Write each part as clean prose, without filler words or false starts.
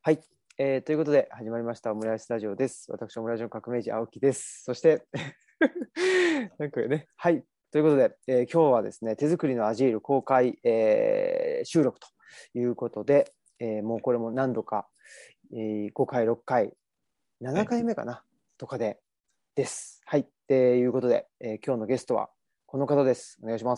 はい、ということで始まりましたオムライスラジオです。私オムライスの革命児青木です。そしてなんかね、はい、ということで、今日はですね手作りのアジール公開、収録ということで、もうこれも何度か、5回6回7回目かな、はい、とかです。はい、ということで、今日のゲストはこの方です。お願いします。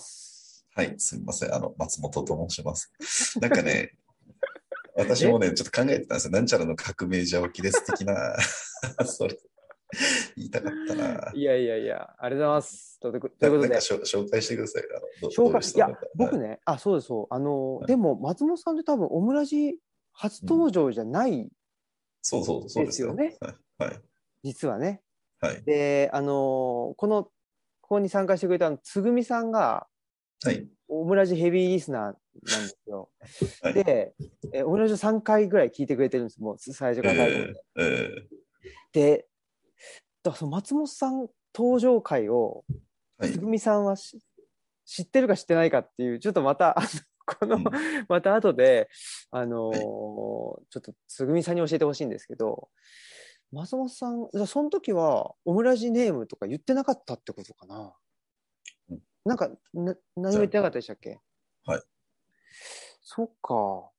はい、すみません。松本と申します。なんかね、私もね、ちょっと考えてたんですよ。なんちゃらの革命児青木です的な、それ言いたかったな。 いやいやいや、ありがとうございます。ということで、 紹介してください。どういう紹介、いや、 人なのか。はい。 僕ね、そうです、そう。 はい、 でも、松本さんって多分、オムラジ初うん、 登場じゃないそうでですよ。 すよね。 はい。はい。 実はね。 はい。 で、ここに参加してくれたつぐみさんが、 はい。 オムラジヘビーリスナーなんですよ。 はい。 で、オムラジ3回ぐらい聞いてくれてるんです。もう最初から最後まで。で、だからその松本さん登場回を、 はい。 つぐみさんは知ってるか知ってないかっていう、ちょっとまた、この、 うん。 また後で、 はい。 ちょっとつぐみさんに教えてほしいんですけど、松本さん、じゃあその時はオムラジネームとか言ってなかったってことかな。 うん、 なんか、何じゃも言ってなかったでしたっけ？ あ、はい。 そっか。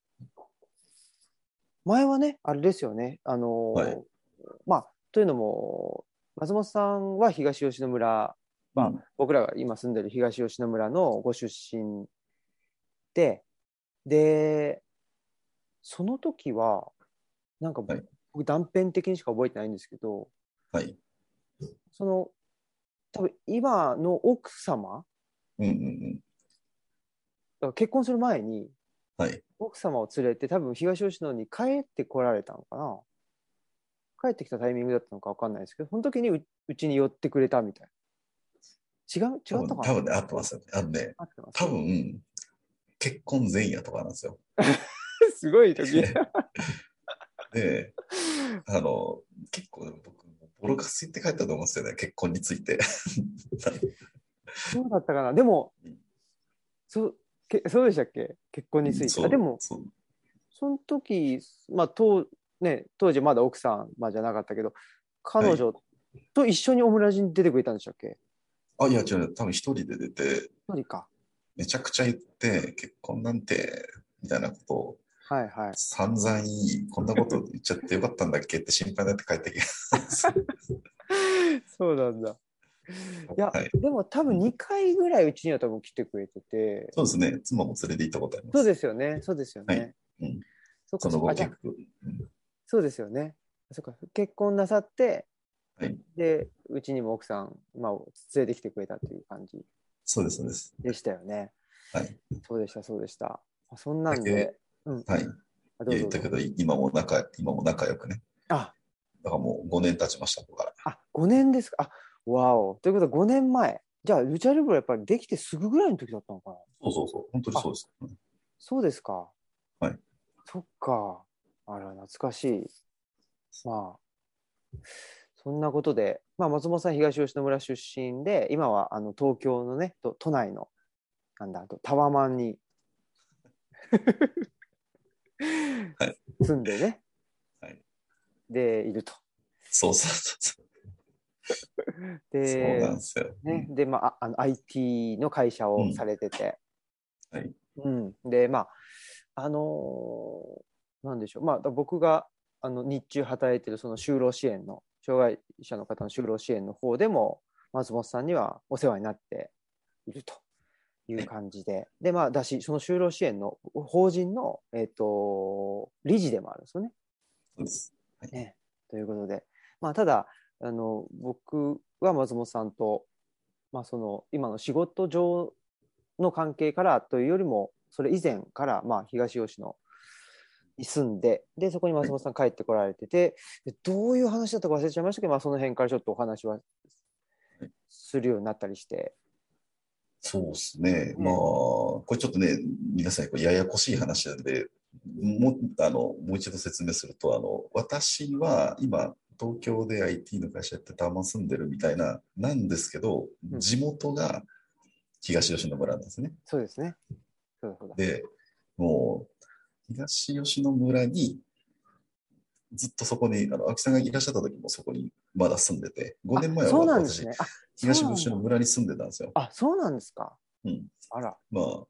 前はね、あれですよね。 はい。 まあ、というのも、松本さんは東吉野村、まあ、 うん。 僕らが今住んでる東吉野村のご出身で、で、その時は、なんかはい。 僕断片的にしか覚えてないんですけど、 はい。 その多分今の奥様、 うんうんうん。 結婚する前にはい。 奥様を連れて多分東吉野に帰ってこられたのかな。帰ってきたタイミングだったのか分かんないですけど、その時にうちに寄ってくれたみたいな。違ったかな。 多分ね、合ってますよね。 合ってます。 多分、結婚前夜とかなんですよ。 すごい時。 で、あの、結構僕、ボロカス言って帰ったと思うんですよね、結婚について。 そうだったかな。でも、そそうでしたっけ？結婚について。でも、 そう。 その時、まあ、当時まだ奥さん、まあ、じゃなかったけど、 はい。 彼女と一緒にオムラジに出てくれたんでしたっけ？ あ、いや、違う、多分一人で出て、 一人か。 めちゃくちゃ言って、結婚なんて、みたいなことをはいはい。 散々こんなこと言っちゃってよかったんだっけって心配になって帰ってきます。 そうなんだ。いや、 はい。 でも多分うん、 2回ぐらいうちには多分来てくれてて、 そうですね。妻も連れて行ったことありまそうです。 すよね、そうですよはい。 ね。 うん。そのそっかそっか。じゃあ、 後結局、うん、 そうですよね。そっか、結婚なさって、 はい。 で、うちにも奥さん、まあ、連れてきてくれたっていう感じそうです。 でしたよね。 はい。 そうでした、そうでした。そんなんで、 だけ、 うんうん。 はい。 どうぞどうぞ。 言ったけど、今も仲良くね。 あ、 だからもう5年経ちました、ここから。 5年ですか。わお。ということは5年前。じゃあ、ルチャリブロやっぱりできてすぐぐらいの時だったのかな。 そう。本当にそあ、 うです。うん、 そうですか。 はい。 そっか。あら、懐かしい。まあ、そんなことで、まあ、松本さん東吉野村出身で、今は東京のね、都内の、なんだ、タワマンにはい。 住んでね、 はい。 で、いると。 そう。そうなんで、 ですよ。うね、 ん。 で、まあ、IT の会社うん。 をされてて、 はい。 うん。で、まあ、なんでしょう。まあ、僕が、日中働いてるその就労支援の、障害者の方の就労支援の方でも、松本さんにはお世話になっているというはい。 感じで、で、まあ、その就労支援の法人の、理事でもあるんですよね。 そうです。はい。 ね。ということで、まあ、ただ、僕は松本さんと、まあ、その、今の仕事上の関係からというよりも、それ以前から、まあ、東吉野に住んで、で、そこにはい。 松本さん帰ってこられてて、でどういう話だったか忘れちゃいましたけど、まあ、その辺からちょっとお話ははい。 するようになったりして、 そうですね。まあ、 ね。 これちょっとね、皆さん、これややこしい話なんで、もう一度説明すると、私は今、東京で IT の会社やってたま住んでるみたいなんですけど、 うん、 地元が東吉野村なんですね。 そうですね。そうだそうだ。 で、もう、東吉野村にずっとそこに、青木さんがいらっしゃった時もそこにまだ住んでて、5年前そうは私、 なんですね。 東ブッシュの村に住んでたんですよ。 そうなんですか。 うん。 あら。 まあ、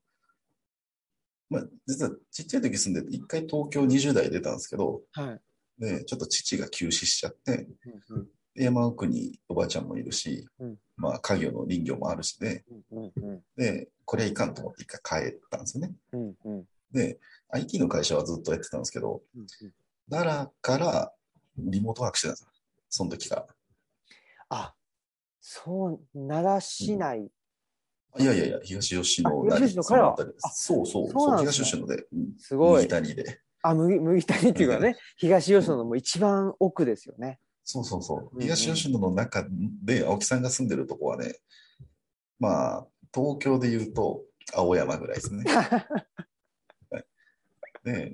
実はちっちゃい時住んでて、一回東京20代出たんですけど、 はい。 で、ちょっと父が急死しちゃって、 うんうんで山奥におばあちゃんもいるし、 うんまあ、家業の林業もあるしで、 うんうんで、これはいかんと思って一回帰ったんですよね。 うんうんで、IT の会社はずっとやってたんですけど、 うんうん。 奈良からリモートワークしてたんですよ。その時から。 あ、そう、奈良うん、 市内。 いやいやいや、東吉野東吉野から。 そのあたりです。そうそう、そう、 そうなんですね。 東吉野で、麦すごい。 谷で。 麦谷っていうかね、東吉野のもう一番奥ですよね。 そうそうそう。 うんうん。 東吉野の中で、青木さんが住んでるとこはね、まあ、東京で言うと、青山ぐらいですね。はい、で、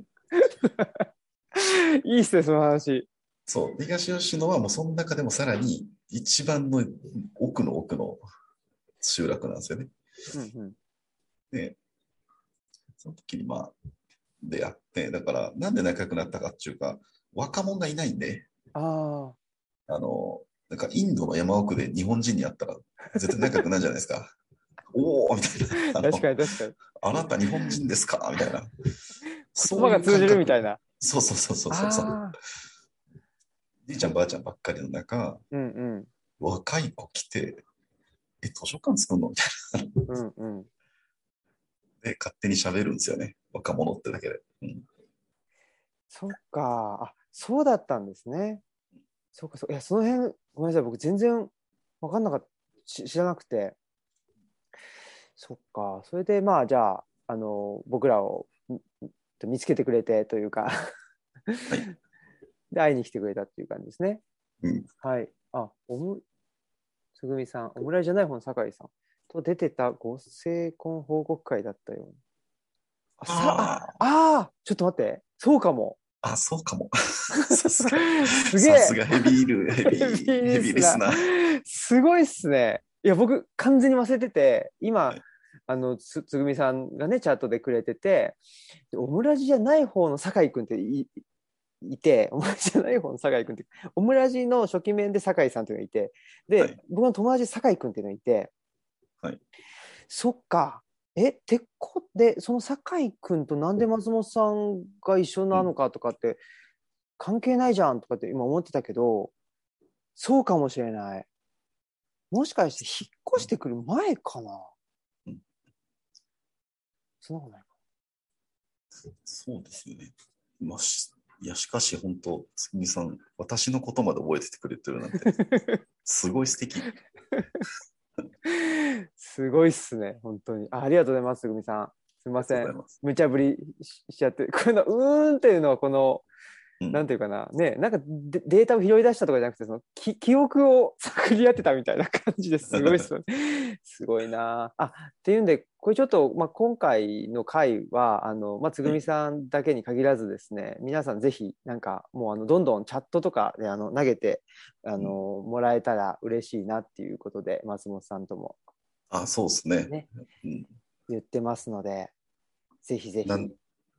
いいっすね、その話。 そう、東吉野はもうその中でもさらに一番の奥の奥の集落なんですよね。 うんうん。 で、その時にまあ、出会って、だからなんで仲良くなったかっていうか、若者がいないんで、 ああ。 あの、なんかインドの山奥で日本人に会ったら絶対仲良くなるじゃないですか。おーみたいな。 確かに確かに。 あなた日本人ですかみたいな。 言そういう葉が通じるみた感覚。 いな。 そうそうそうそうそう。 ああ。 じいちゃんばあちゃんばっかりの中、 うんうん。 若い子来て、図書館作るのみたいな。 うんうん。 で、勝手に喋るんですよね。若者ってだけで。うん、 そっか。そうだったんですね。そうか、そう。いや、その辺、ごめんなさい。僕全然分かんなかった。知らなくて。そっか。それで、まあ、じゃあ、僕らを見つけてくれてというかはい。 で、会いに来てくれたっていう感じですね。 うん。 はい。つぐみさん、オムライじゃない方の酒井さんと出てたご成婚報告会だったように。 あちょっと待って。そうかも。 あ、そうかも。さすが、 すげえ。 さすがヘビール、 ヘビーヘビーリスナリスナー。 ー。すごいっすね。いや、僕、完全に忘れてて、今、 はい。 つぐみさんがね、チャットでくれてて、オムラジじゃない方の酒井君っていて、オムラジじゃない方の酒井君って、オムラジの初期面で酒井さんっていうのがいて、で、 はい。 僕の友達酒井君っていうのがいて、 はい。 そっか。で、その酒井君となんで松本さんが一緒うん。 なのかとかって関係ないじゃんとかって今思ってたけど、そうかもしれない。もしかして引っ越してくる前かな。 うん、 そんなことないか。 そうですよね。まあ、いや、しかし本当、つぐみさん、私のことまで覚えててくれてるなんて、すごい素敵。 すごいっすね、本当に。ありがとうございます、すぐみさん。すみありがとうません。 ございます。 無茶ぶりしちゃって。こういうの、っていうのは、 うん。 なんていうかな、ね、なんかデータを拾い出したとかじゃなくて、記憶を作り合ってたみたいな感じですごいっすよね。すごいなっていうんで、これちょっと、まあ、今回の回は、まあ、つぐみはい。 さんだけに限らずですね、皆さんぜひ、なんか、もう、どんどんチャットとかで、投げて、 うん、 もらえたら嬉しいなっていうことで、松本さんともあ、そうですね。 ね、 うん。 言ってますので、ぜひぜひ、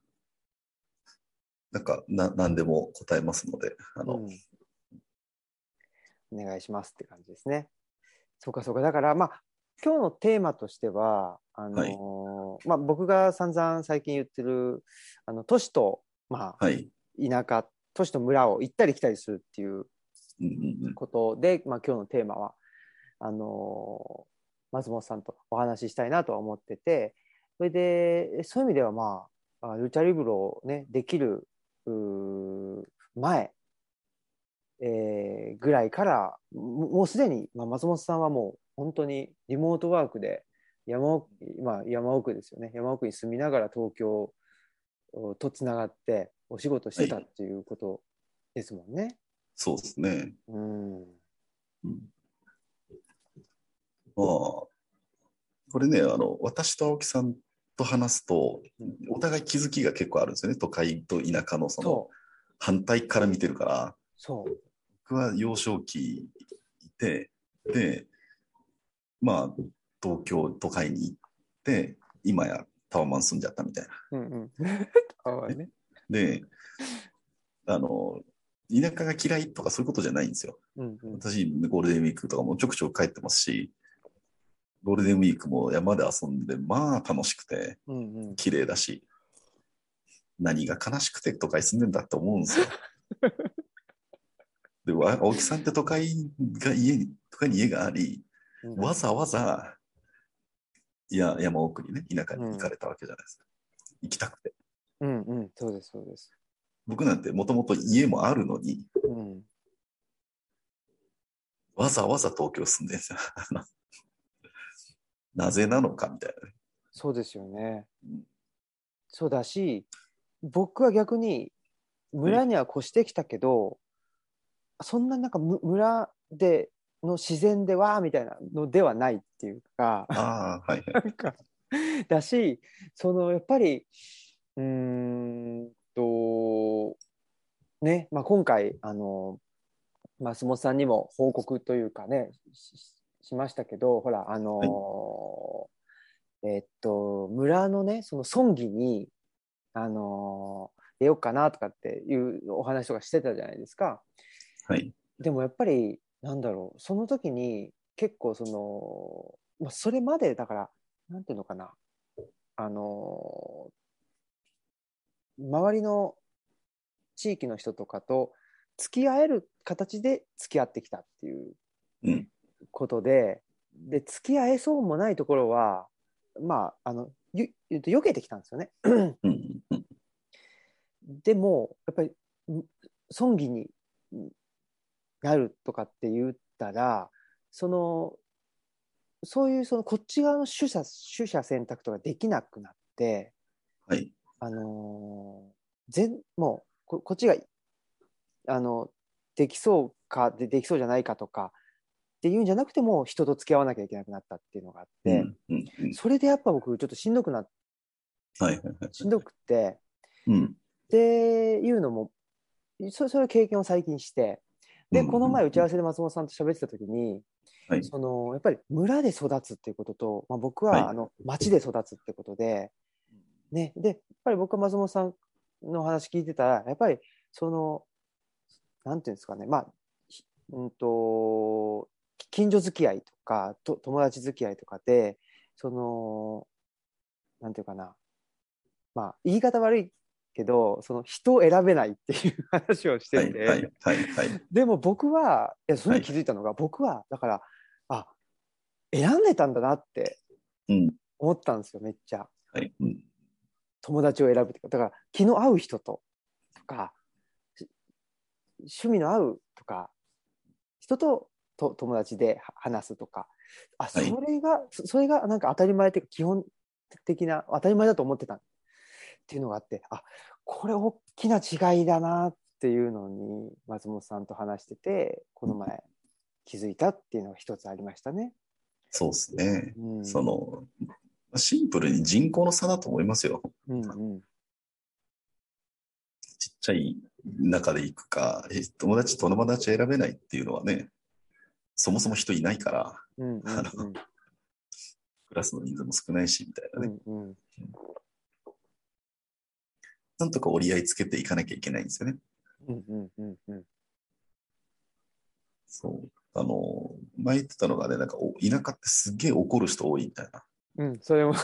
なんでも答えますので、 うん、お願いしますって感じですね。そうかそうか。だから、まあ、今日のテーマとしては、 はい。 まあ、僕が散々最近言ってる、都市と、まあ、 はい。 田舎、都市と村を行ったり来たりするっていううんうんうん。 ことで、まあ、今日のテーマは、あの松本さんとお話ししたいなとは思ってて、それで、そういう意味では、まあ、ルチャリブロをね、できる前、ぐらいからもうすでに、まあ、松本さんはもう本当にリモートワークで山奥ですよね。山奥に住みながら東京とつながってお仕事しはい。 てたっていうことですもんね。 そうですね。 うん。 うん、まあ、これね、私と青木さんと話すと、 うん、 お互い気づきが結構あるんですよね。都会と田舎のそのそう、 反対から見てるから、 そう。 僕は幼少期いて、で、まあ、東京都会に行って、今やタワマン住んじゃったみたいな。 うんうん。ああね、 ね。 で、あの、 舎が嫌いとかそういうことじゃないんですよ。 うんうん私、ゴールデンウィークとかもちょくちょく帰ってますし、ゴールデンウィークも山で遊んで、まあ楽しくて、 うんうん。 綺麗だし、何が悲しくて都会住んでんだって思うんですよ。で、青木さんって都会に家があり、 うんわざわざ、山奥にね、田舎に行かうんれたわけじゃないですか。行きたくて。 うんうん、そうです、そうです。 僕なんてもともと家もあるのに、 うん、 わざわざ東京住んでるんですよ。なぜなのかみたいなね。 そうですよね。 うん、 そうだし、僕は逆にはい。 村には越してきたけど、そんななんか村での自然でわーみたいなのではないっていうか、 ああ、はいはい。 なんかだし、やっぱり、ね、まあ、今回、松本さんにも報告というかね、しましたけど、ほら、 はい。 村のね、その村議に、出ようかなとかっていうお話とかしてたじゃないですか。 はい。 でもやっぱり、なんだろう、その時に結構まあ、それまでだから、なんていうのかな、あの周りの地域の人とかと付き合える形で付き合ってきたっていううん。 ことで、付き合えそうもないところは、まあ、避けてきたんですよね。 うん。うん。 でも、やっぱり、村議になるとかって言ったら、その、そういうこっち側の取捨選択とかできなくなって、 はい。 あのもうこっちが、あの、できそうか、できそうじゃないかとかっていうんじゃなくても人と付き合わなきゃいけなくなったっていうのがあって、 うん。うん。うん。 それでやっぱ僕ちょっとはいはいはい。 しんどくて、 うん。 っていうのも、そういう経験を最近して、 うん。 で、この前打ち合うん。 わせで松本さんと喋ってた時に、 はい。 やっぱり村で育つっていうことと、まあ、僕はい。 は町で育つってことで、ね、で、やっぱり僕は松本さんの話聞いてたら、やっぱり、その、なんていうんですかね、まあ、近所付き合いとか、友達付き合いとかで、その、なんていうかな、まあ、言い方悪いけど、その人を選べないっていう話をしてはい。はて、 い。はい。はい。 でも僕は、いや、そのはい。 時気づいたのが、僕は、だから、あ、選んでたんだなってうん。 思ったんですよ、めっちゃ。 はい。うん。 友達を選ぶっていうか、だから、気の合う人とか、趣味の合うとか、人と友達で話すとか、 はい。 それがなんか当たり前っていうか、基本的な、当たり前だと思ってたっていうのがあって、これ大きな違いだなっていうのに、松本さんと話してて、この前気づいたっていうのが一つありましたね。 そうですね。 うん。 その、シンプルに人口の差だと思いますよ。 うんうん。 ちっちゃい中で行くか、友達選べないっていうのはね、そもそも人いないから、 うんうあの、 んうん。 クラスの人数も少ないし、みたいなうね。 んうん。 なんとか折り合いつけていかなきゃいけないんですよね。 うんうんうんうん。 そう。前言ってたのがね、なんか田舎ってすっげえ怒る人多いみたいな。 うん、それも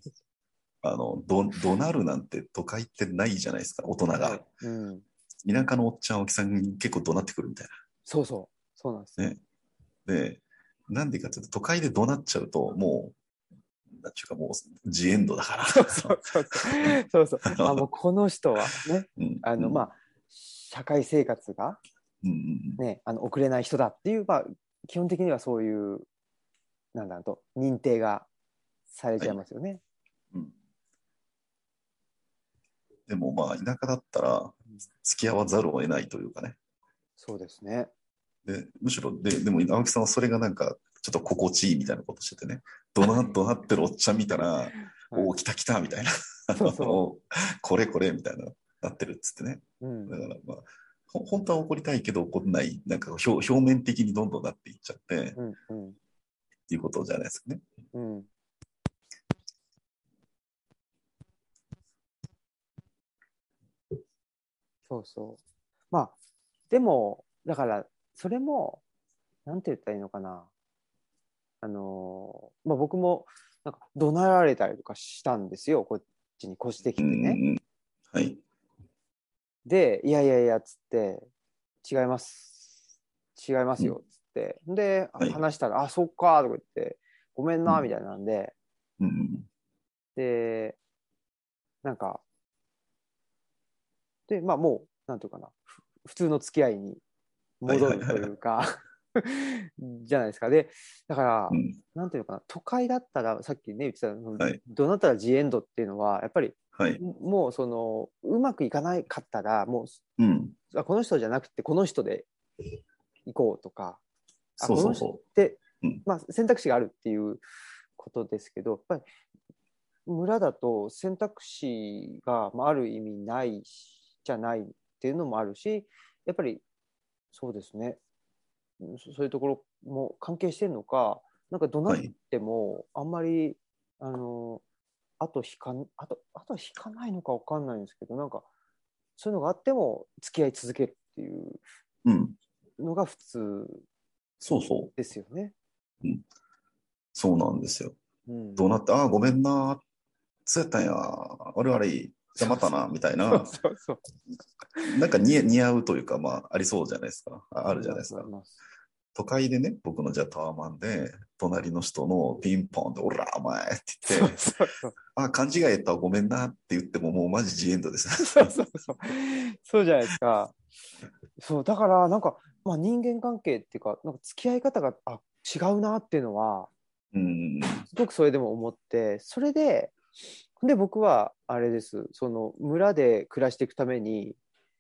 怒鳴るなんて都会ってないじゃないですか、大人が。 はい。うん。 田舎のおっちゃん、おきさんに結構怒鳴ってくるみたいそうそう。そうなんですな。 よ。 ね。で、なんでかっていうと、都会で怒鳴っちゃうと、もう、なんちゅうかもう、ジエンドだから。 そうそうそうそう。そうそう。もうこの人はね、 うん、うん、 まあ、社会生活がうん、 ね、送れない人だっていう、まあ、基本的にはそういう、なんだろうと、認定がされちゃいはい。 ますよね。 うん、でもまあ、田舎だったら、付き合わざるを得ないというかね。 そうですね。 で、むしろ、でも、青木さんはそれがなんか、ちょっと心地いいみたいなことしててね、怒鳴ってるおっちゃん見たら、 はい。 おお、来た来たみたいな、 そうそこれこれみたいな、なってるっつってね。 う。うん。 だからまあ、本当は怒りたいけど怒んない、なんか表面的にどんどんなっていっちゃって、っうんうん。 ていうことじゃないですかね。 うん。そうそう。まあ、 でも、だから、それも、なんて言ったらいいのかな。僕も、なんか、怒鳴られたりとかしたんですよ。こっちに越してきうんうてね。 ん。はい。 で、いやいやいや、つって、違います。違いますうん。 よ、つって。で、 はい。 話したら、あ、そっか、とか言って、ごめんな、みうん。 たいなんで、 うん。 で、なんか、で、まあもう、なんていうかな、普通の付き合いにはい戻るとはいはいはい。 いうかじゃないですか。で、だから、 うん。 なんていうのかな、都会だったら、さっきね、言ってた、 はい。 どうなったらジエンドっていうのは、やっぱり、 はい。 もう、その、うまくいかないかったら、もうん。 う、この人じゃなくて、この人で行こうとか、 そうこの人っそうそて、 う。うん。 まあ、選択肢があるっていうことですけど、やっぱり、村だと選択肢が、まあ、ある意味ないじゃないっていうのもあるし、やっぱり、そうですね。そういうところも関係してるのか、なんか怒鳴っはい。 ても、あんまり、あと引かないのかわかんないんですけど、なんか、そういうのがあっても付き合い続けるっていううん。 のが普通そうそですよね。 う。うん。そうなんですよ。 うん。 どうなって、ああ、ごめんな。そうやったんや。悪い悪い。じゃあそうそう。 またな。みたいそうな。 そうそう。 なんか似合うというか、まあ、ありそうじゃないですか。あるじゃないですか。 あります。 都会でね、僕のじゃあタワマンで、隣の人のピンポンで、おら、お前ってそう言って、 そうそう。 あ、勘違いやったわ、ごめんなって言っても、もうマジジエンドです。 そうそうそう。そうじゃないですか。そう、だから、なんか、まあ、人間関係っていうか、なんか付き合い方が、違うなっていうのは、 うん。 すごくそれでも思って、それで僕は、あれです、その、村で暮らしていくために、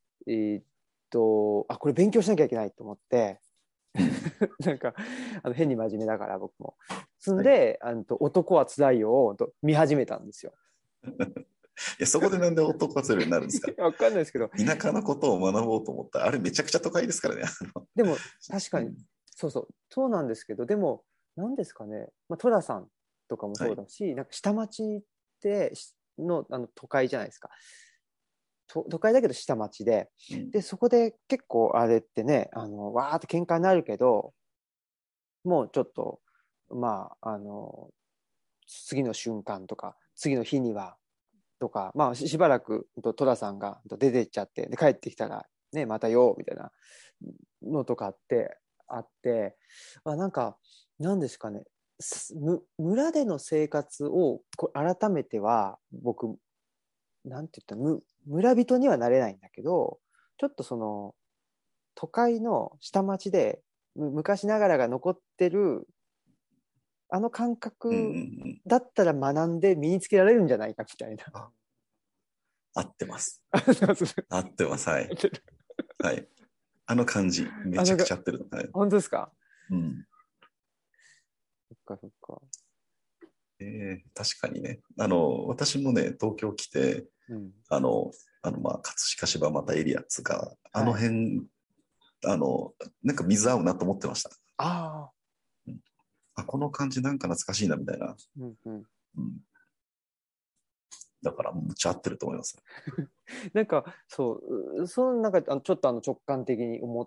これ勉強しなきゃいけないと思って、 うん。 なんか、変に真面目だから僕も。そんはい。いで、男はつらいよと見始めたんですよ。 や、そこでなんで男は強いようになるんですか？ わかんないですけど、 田舎のことを学ぼうと思ったら、あれめちゃくちゃ都会ですからね。 でも確かに、 うん。 そうそう、そうなんですけど、でも、何ですかね、まあ、トラさんとかもはい。 そうだし、なんか下町って都会じゃないですか。都会だけど下町で、 うん。 で、そこで結構あれってね、わーって喧嘩になるけど、もうちょっと、まあ、次の瞬間とか、次の日には、とか、まあ、しばらく、トラさんが出てっちゃって、で、帰ってきたら、ね、またよ、みたいなのとかってあって、なんか、なんですかね、村での生活を改めては、僕、なんて言ったら、村人にはなれないんだけど、ちょっとその、都会の下町で、昔ながらが残ってる、あの感うんうんう覚ん。 だったら学んで身につけられるんじゃないかみたいな。 あ、合ってます。 あ合ってます。はい。はい。あの感じ、めちゃくのちゃ合ってる。はい。 本当ですか？ うん。 そっかそっか。 確かにね。私もね、東京来て、 うん。 あの、まあ、葛飾柴又エリアっつうか、あのはい。 辺、あの、なんか水合うなと思ってました。 ああ。 うん。あ、この感じなんか懐かしいな、みたいな。 うんうん。 うん。だから、むっちゃ合ってると思います。 なんか、そう、なんか、ちょっと直感的に思って、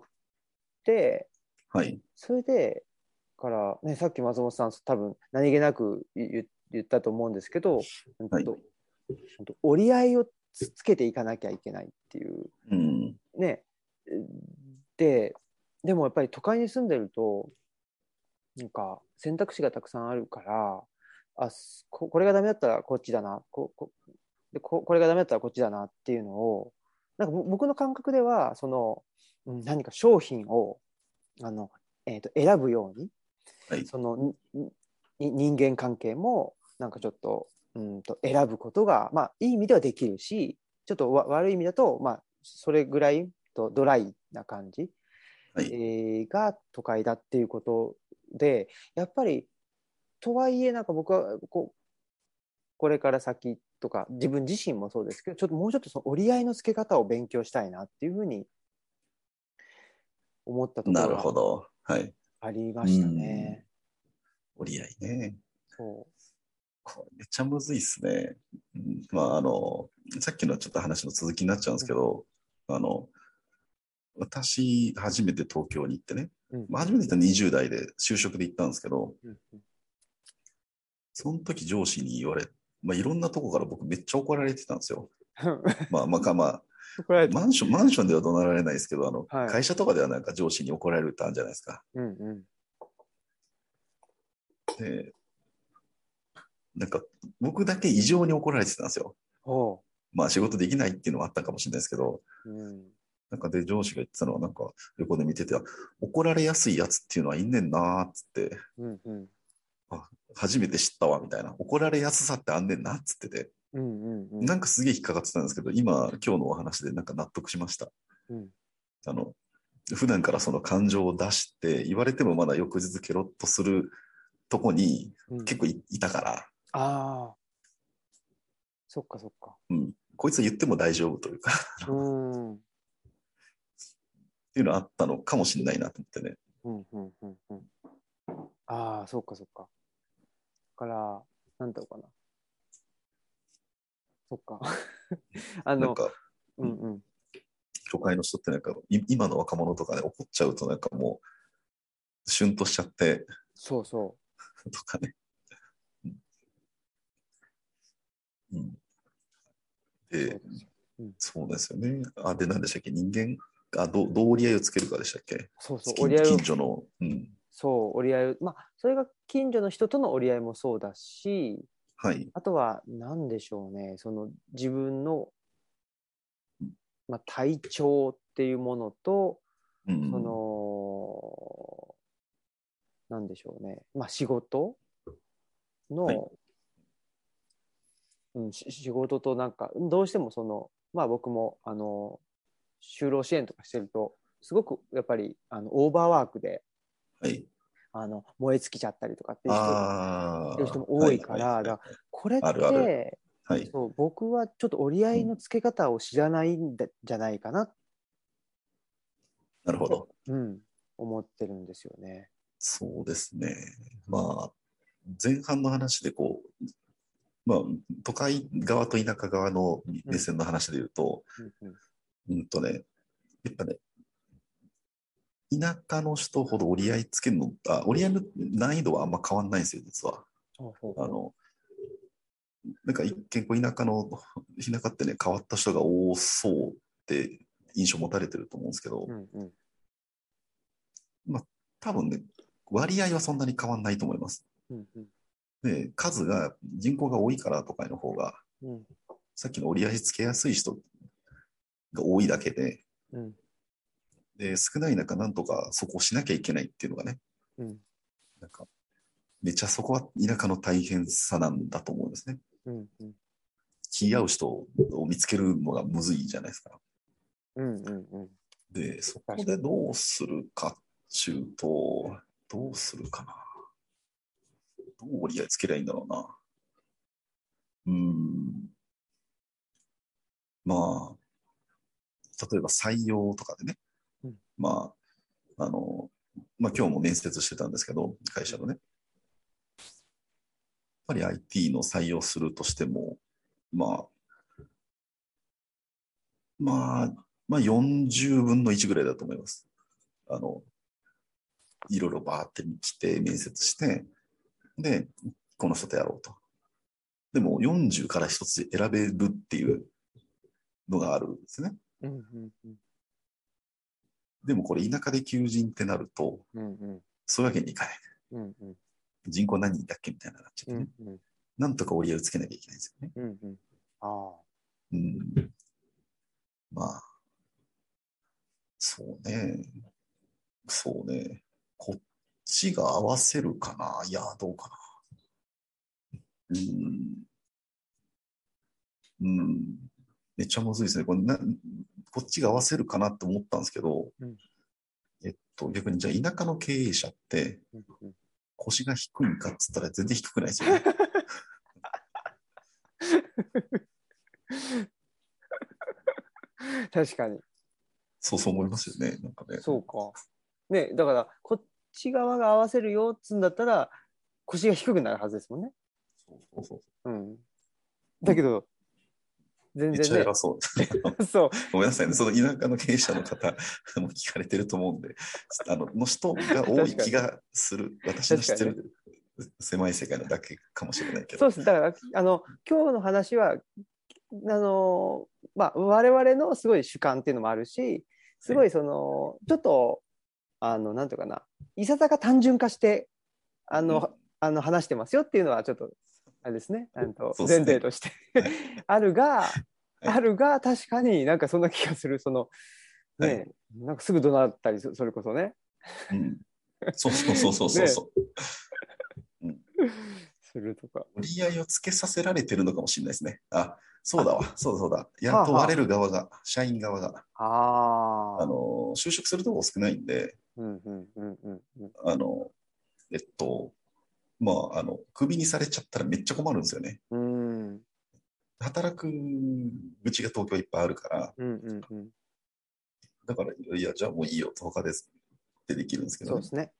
はい。 それで、からね、さっき松本さん、多分、何気なく言ったと思うんですけど、 はい。 折り合いをつけていかなきゃいけないっていう、 うん。 ね。で、でもやっぱり都会に住んでると、なんか選択肢がたくさんあるから、これがダメだったらこっちだな、これがダメだったらこっちだなっていうのを、なんか僕の感覚では、何か商品を、あの、選ぶように、 はい。 その、人間関係も、なんかちょっと、選ぶことが、まあ、いい意味ではできるし、ちょっと悪い意味だと、まあ、それぐらいとドライな感じ、 はい。 が都会だっていうことで、やっぱり、とはいえ、なんか僕はこれから先とか、自分自身もそうですけど、もうちょっとその折り合いのつけ方を勉強したいなっていうふうに思ったとこなるろがほど。はい。 ありまうしたん。 ね。 折り合いね。 そこれめっちゃむずいっすね。うん。まあ、さっきのちょっと話の続きになっちゃうんでう。 すけど、あの、 私、初めて東京に行ってね、 うんまあ、初めて行った20代で就職で行ったんですけど、 うんその時上司に言われ、まあ、いろんなとこから僕めっちゃ怒られてたんですよ。 うん。 まあ、 怒られた。 マンションでは怒鳴られないですけど、 はい。 会社とかではなんか上司に怒られるってあるじゃないですか。 うんうん。 で、なんか僕だけ異常に怒られてたんですよ。 ほまあ仕事できないっていうのはあったかもしれないですけど、 う。うん。 なんかで上司が言ってたのはなんか横で見てて、怒られやすいやつっていうのはいんねんなーっつって、 うんうん。 あ、初めて知ったわみたいな。怒られやすさってあんねんなっつってて、 うんうんうん。 なんかすげえ引っかかってたんですけど、今日のお話でなんか納得しました。 うん。 あの、普段からその感情を出して言われてもまだ翌日ケロッとするとこにうん。 結構いたから、 ああ、そっかそっか。 うん、こいつは言っても大丈夫というかうーん。 っていうのあったのかもしれないなと思ってね。 うんうんうんうん。ああ、そっかそっか。だから、なんだろうかな。そっか。あの、 なんか、うん、 うんうん。 都会の人ってなんか今の若者とかね怒っちゃうとなんかもうシュンとしちゃってそうそとかね。うん、 う。そで、 うですよ。うん。 そうですよね。あ、で、何でしたっけ人間、どう折り合いをつけるかでしたっけそうそう。折り合いを、 近所の、うん。 そう、折り合いを、まあ、それが近所の人との折り合いもそうだし、 はい。 あとは、なんでしょうね。その自分の、まあ、体調っていうものと、そうん。 の、なんでしょうね。まあ、仕事はい。 の、うん、仕事となんか、どうしてもその、まあ僕も、就労支援とかしてると、すごくやっぱり、オーバーワークで、 はい。 燃え尽きちゃったりとかっていう人、っていう人ああ、 も多はい、はい、 いから、 はい。 これっあるある。 て、 はい。 そう、僕はちょっと折り合うん。 いのつけ方を知らないんじゃないかなと、 なるほど。 うん、思ってるんですよね。 そうですね。まあ、前半の話でまあ、都会側と田舎側のうん、 目線の話で言うと、 うん、うん。 やっぱね、田舎の人ほど折り合いつけるの、折り合いの難易度はあんま変わんないんですよ、実は。 ほうほうほあの、なんか一見田舎ってね、変わった人が多そうって印象持たれてると思うんですけど、 う。うん、うん、 まあ、多分ね、割合はそんなに変わんないと思います。 うん、うん、 で、人口が多いからとかの方が、 うん、 さっきの折り合いつけやすい人が多いだけで、 うん、 で、少ない中なんとかそこをしなきゃいけないっていうのがね、 うん、 なんか、めっちゃそこは田舎の大変さなんだと思うんですね。 うん、うん、 気合う人を見つけるのがむずいじゃないですか。 うん、うん、うん。 で、そこ確かに。 でどうするかっていうと、どうするかな。どう折り合いつけりゃいいんだろうな。うーん。ま例えば採用とかでね。 うん、 ま今日も面接してたんですけど、会社のね。やっぱり IT の採用するとしても、まあ、ま40分の1ぐらいだと思います。あの、いろいろバーって来て、面接して、で、この人とやろうと。でも40から一つ選べるっていうのがあるんですね。 うん、うん、うん、 でもこれ田舎で求人ってなると、 うん、うん、 そういうわけにいかない。 うん、うん、 人口何人だっけみたいななっちゃってね。 うん、うん、 なんとか折り合いをつけなきゃいけないんですよね。 うん、うん。ああ。 うん。まあ、そうね。そうね。こっちが合わせるかな。いや、どうかな。うん。うん。めっちゃむずいですね。こっちが合わせるかなって思ったんですけど、 うん、 逆にじゃあ田舎の経営者ってうん、うん。 腰が低いかっつったら全然低くないですよね。 確かに。 そう思いますよね。なんかね。 そうか。ね、だから、こっち側が合わせるよっつんだったら、腰が低くなるはずですもんね。 そうそうそう。 うん。 うん。 だけど、 めっちゃ全然ね。 偉そう。 そう。 ごめんなさいね。その田舎の経営者の方も聞かれてると思うんで、の人が多い確かにね。 気がする。私の確かにね。 知ってる狭い世界のだけかもしれないけど。 そうです。だから、今日の話は、まあ、我々のすごい主観っていうのもあるし、すはい。 ごいちょっと、なんていうかな、いささか単純化して、 うん。 話してますよっていうのは、ちょっと、あれですね、前そうですね。 提としてはい。 あるが、 はい。 確かになんかそんな気がする、 はい。 ね、なんかすぐ怒鳴ったり、それこそね、 うん。そうそうそうそうそうね、 そう。うん。 するとか。 折り合いをつけさせられてるのかもしれないですね。あ、そうだあ、 わ。そうだそうだ。 はあ雇われはる側が、社員側が、 あ。ああ。 就職するとこ少ないんで、 うんうんうんうんうん。 あの、えっと、まあ、クビにされちゃったらめっちゃ困るんですよね。 うん。 働く口が東京いっぱいあるから、 うんうんうん。 だから、いや、じゃあもういいよ、他ですってできるんですけどね。 そうですね。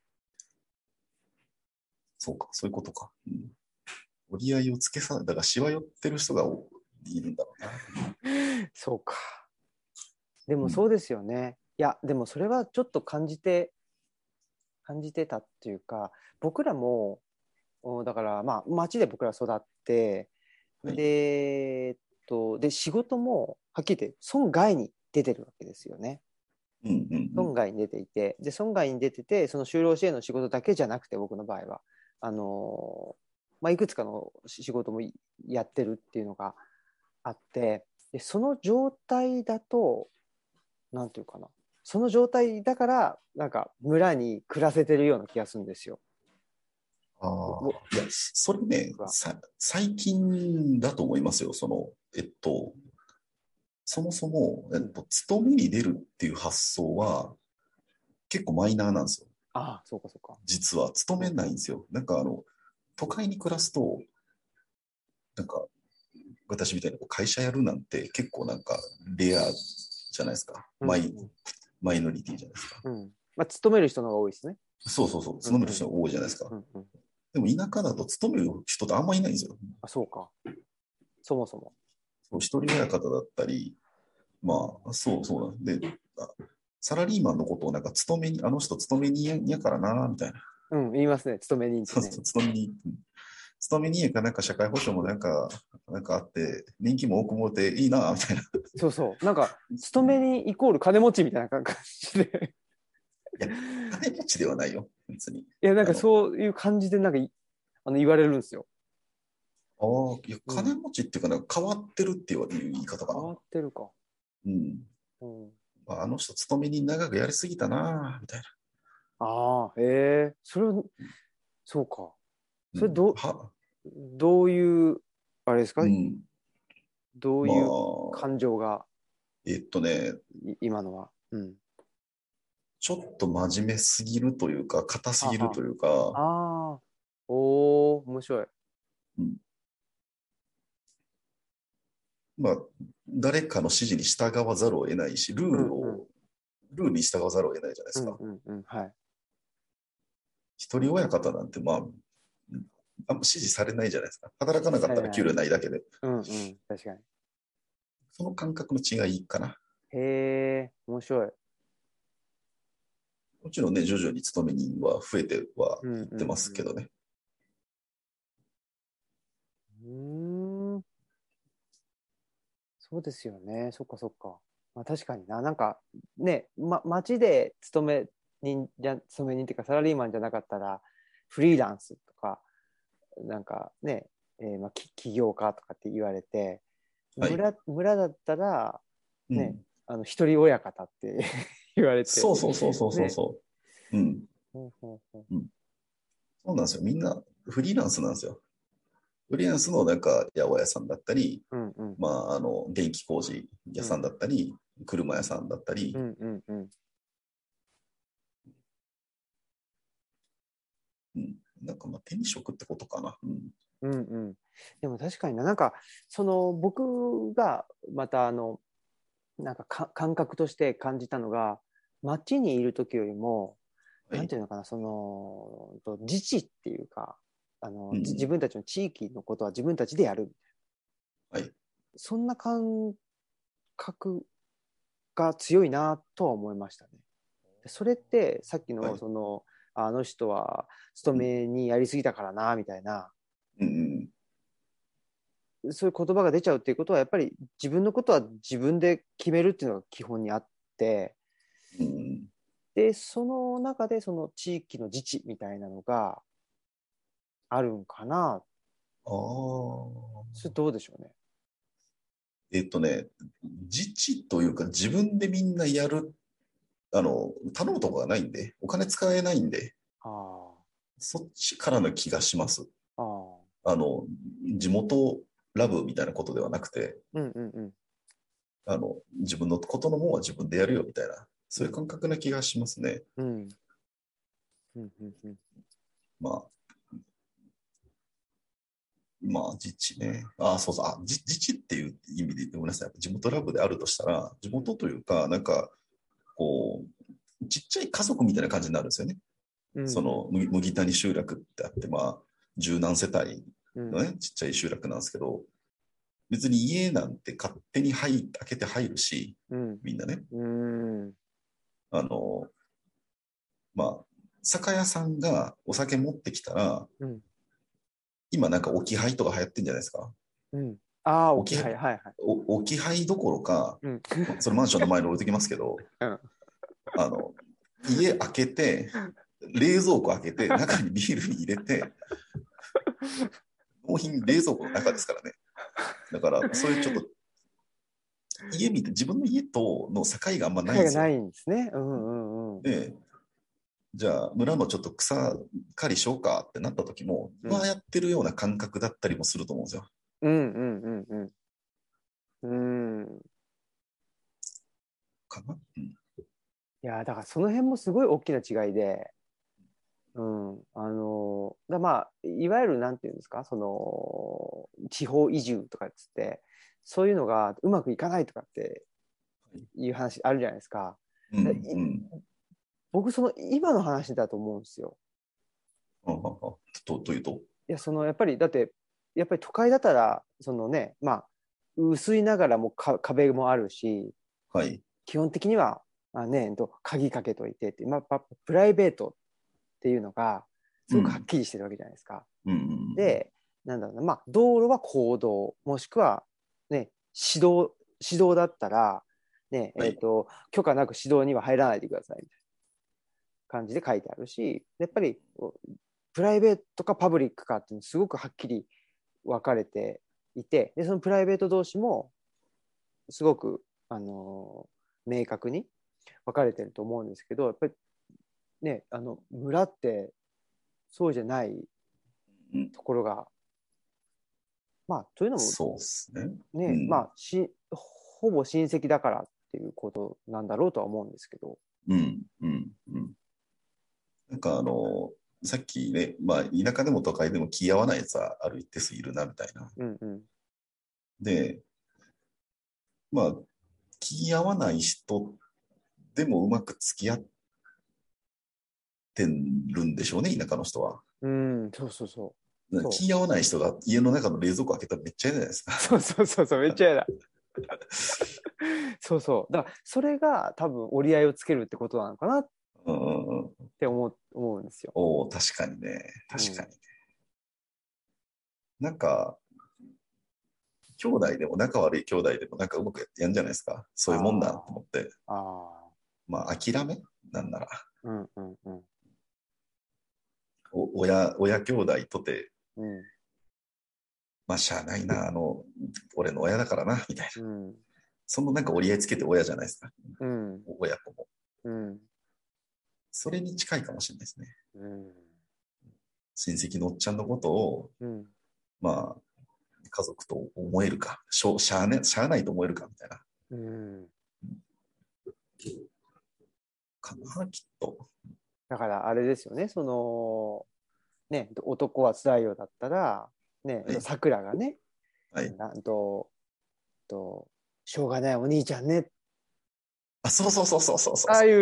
そうか、そういうことか。うん、折り合いをつけさ、だからしわ寄ってる人がいるんだろうな。 そうか。でうん。 もそうですよね。いや、でもそれはちょっと感じてたっていうか、僕らも、だからまあ町で僕ら育って、 はい。 で仕事もはっきり言って村外に出てるわけですよね。 うんうんうん。 村外に出ていて、で村外に出てて、その就労支援の仕事だけじゃなくて、僕の場合は、まあ、いくつかの仕事もやってるっていうのがあって、でその状態だと、なんていうかな、その状態だから、なんか村に暮らせてるような気がするんですよ。 あ僕あ、いや、それね、 は。 最近だと思いますよ。そもそも、 うん、 勤めに出るっていう発想は結構マイナーなんですよ。 ああ、そうかそうか。 実は、勤めうんうん、 ないんですよ。なんか都会に暮らすと、なんか、私みたいにこう会社やるなんて結構なんかレアじゃないですか。 うんうんマイノリティじゃないですか。 うん。まあ、勤める人の方が多いですね。 そうそうそう、 うん勤める人が多いじゃないですか。 うんうん。 でも田舎だと勤める人ってあんまいないんですよ。 あ、そうか。そもそも。 そう一人親方だったり、まあ、そうそうなんで、サラリーマンのことをなんかあの人勤めにやからな、みたいな。 うん、言いますね。勤め人ってね。 そうそう、勤めにやからなんか社会保障もなんかあって、年金も多くもろていいな、みたいな。 そうそう。なんか、勤め人イコール金持ちみたいな感じで。 いや、金持ちではないよ、別に。 いや、なんかあの、 そういう感じで、なんか言われるんですよ。 ああ、いや、 うん。 金持ちっていうかなんか変わってるっていう言い方かな。 変わってるか。 うん。 うん。 あの人勤めに長くやりすぎたな、みたいな。 ああ、へえ。それは、そうか。 うん。 それどういう、あれですか？ うん。まどういうあ、 感情が、 ね、 今のは。うん。 ちょっと真面目すぎるというか、硬すぎるはあはというか、 あ。ああ、おー、面白い。 うん、まあ、誰かの指示に従わざるを得ないし、 うんうん。 ルールに従わざるを得ないじゃないでうんすか。 うんうん。はい。 一人親方なんて、まあ、あんま指示されないじゃないですか。働かなかったら給料されない。 ないだけで。 うんうん。確かに。 その感覚の違いかな。 へえ、面白い。 もちろんね、徐々に勤め人は増えてはうんういってますけんどね。 うん。うーん。そうですよね。そっかそっか。まあ確かにな。なんかね、街で勤め人っていうかサラリーマンじゃなかったら、フリーランスとか、なんかね、まあ、起業家とかって言われて、 はい。 村だったら、ね、 うん。 一人親方って言われて、 そうそうそうそうそうね。 そう。うん。 ほうほうほう。 うん。そうなんですよ。みんなフリーランスなんですよ。フリーランスのなんか八百屋さんだったり、 うんうんまあ、電気工事屋さんうんだったり、車屋さんだったり、 うんうんうんうん、なんかまあ手に職ってことかな。うん。 うんうん。でも確かにな、なんか僕がまたなんか感覚として感じたのが、街にいる時よりも、 はい。 なんていうのかな、自治っていうか、 うん。 自分たちの地域のことは自分たちでやる。 はい。 そんな感覚が強いなとは思いましたね。それってさっきのその、あの人は勤めにやりすぎたからなみたいな、そういう言葉が出ちゃうっていうことはやっぱり自分のことは自分で決めるっていうのが基本にあって、でその中でその地域の自治みたいなのがあるんかな。それどうでしょうね。 自治というか自分でみんなやる、頼むとこがないんで、お金使えないんで、そっちからの気がします。地元ラブみたいなことではなくて、自分のことのもんは自分でやるよみたいな、そういう感覚な気がしますね。まあ、自治ね。そうそう。自治っていう意味で、ごめんなさい。地元ラブであるとしたら、地元というか、なんか、こう、ちっちゃい家族みたいな感じになるんですよね。その、麦谷集落ってあって、まあ、十何世帯のね、ちっちゃい集落なんですけど、別に家なんて勝手に開けて入るし、みんなね。まあ、酒屋さんがお酒持ってきたら、今なんか置き配とか流行ってんじゃないですか。置き配、置き配どころか、それマンションの前に置いときますけど、家開けて、冷蔵庫開けて、中にビールに入れて、納品冷蔵庫の中ですからね。だから、そういうちょっと、家見て、自分の家との境があんまないんですよ。 ないんですね。 で、じゃあ、村のちょっと草刈りしようかってなった時も、今やってるような感覚だったりもすると思うんですよ。かな？ いや、だからその辺もすごい大きな違いで、まあ、いわゆるなんていうんですか、その、地方移住とかっつって、そういうのがうまくいかないとかっていう話あるじゃないですか。僕、その今の話だと思うんですよ。 というと？ いや、その、やっぱり、だって、やっぱり都会だったら、そのね、まあ、薄いながらも壁もあるし、基本的には、鍵かけといてって、プライベートっていうのが、すごくはっきりしてるわけじゃないですか。で、なんだろうな、まあ、道路は公道、もしくは、ね、指導だったら、ね、許可なく指導には入らないでくださいみたいな感じで書いてあるし、やっぱり、プライベートかパブリックかっていうのすごくはっきり分かれていて、で、そのプライベート同士も、すごく、明確に分かれてると思うんですけど、やっぱりね、村ってそうじゃないところが、まあ、というのも、 そうですね。 まあ、ほぼ親戚だからっていうことなんだろうとは思うんですけど。 なんかさっきね、まあ、田舎でも都会でも気合わないやつはある一定数いるな、みたいな。で、まあ、気合わない人でもうまく付き合ってるんでしょうね、田舎の人は。 そうそうそう。 気合わない人が家の中の冷蔵庫開けたらめっちゃ嫌じゃないですか。 そう、めっちゃ嫌だ。そうそう。だから、それが多分折り合いをつけるってことなのかなって思うんですよ。 確かにね。確かにね。なんか、兄弟でも仲悪い兄弟でもなんかうまくやんじゃないですか。そういうもんだと思って。まあ、諦めなんなら。親兄弟とて、まあ、しゃあないな、俺の親だからな、みたいな。そのなんか折り合いつけて親じゃないですか。親子も。それに近いかもしれないですね。親戚のおっちゃんのことを、まあ、家族と思えるか、しゃあないと思えるか、みたいな。かな、きっと。 だからあれですよね、その、ね、男はつらいよだったら、ね、桜がね、なんと、しょうがないお兄ちゃんね。 そう。 ああいう、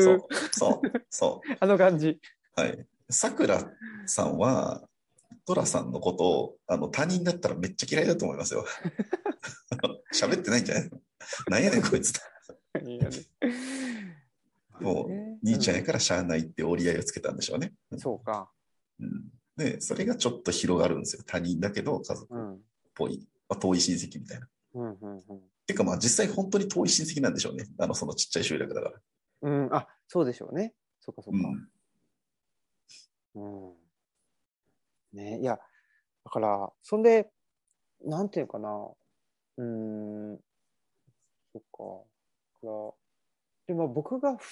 そう。 あの感じ。 はい。桜さんは、 トラさんのことを他人だったらめっちゃ嫌いだと思いますよ。喋ってないんじゃないの？なんやねんこいつと。 いやね。 もう兄ちゃんやからしゃあないって折り合いをつけたんでしょうね。 そうか。 うん、で、それがちょっと広がるんですよ。他人だけど家族っぽい、まあ、遠い親戚みたいな。ていうかまあ実際本当に遠い親戚なんでしょうね。そのちっちゃい集落だから。 あ、そうでしょうね。そうかそうか。ね、いや、だから、そんで、なんていうかな、そっか。でも僕が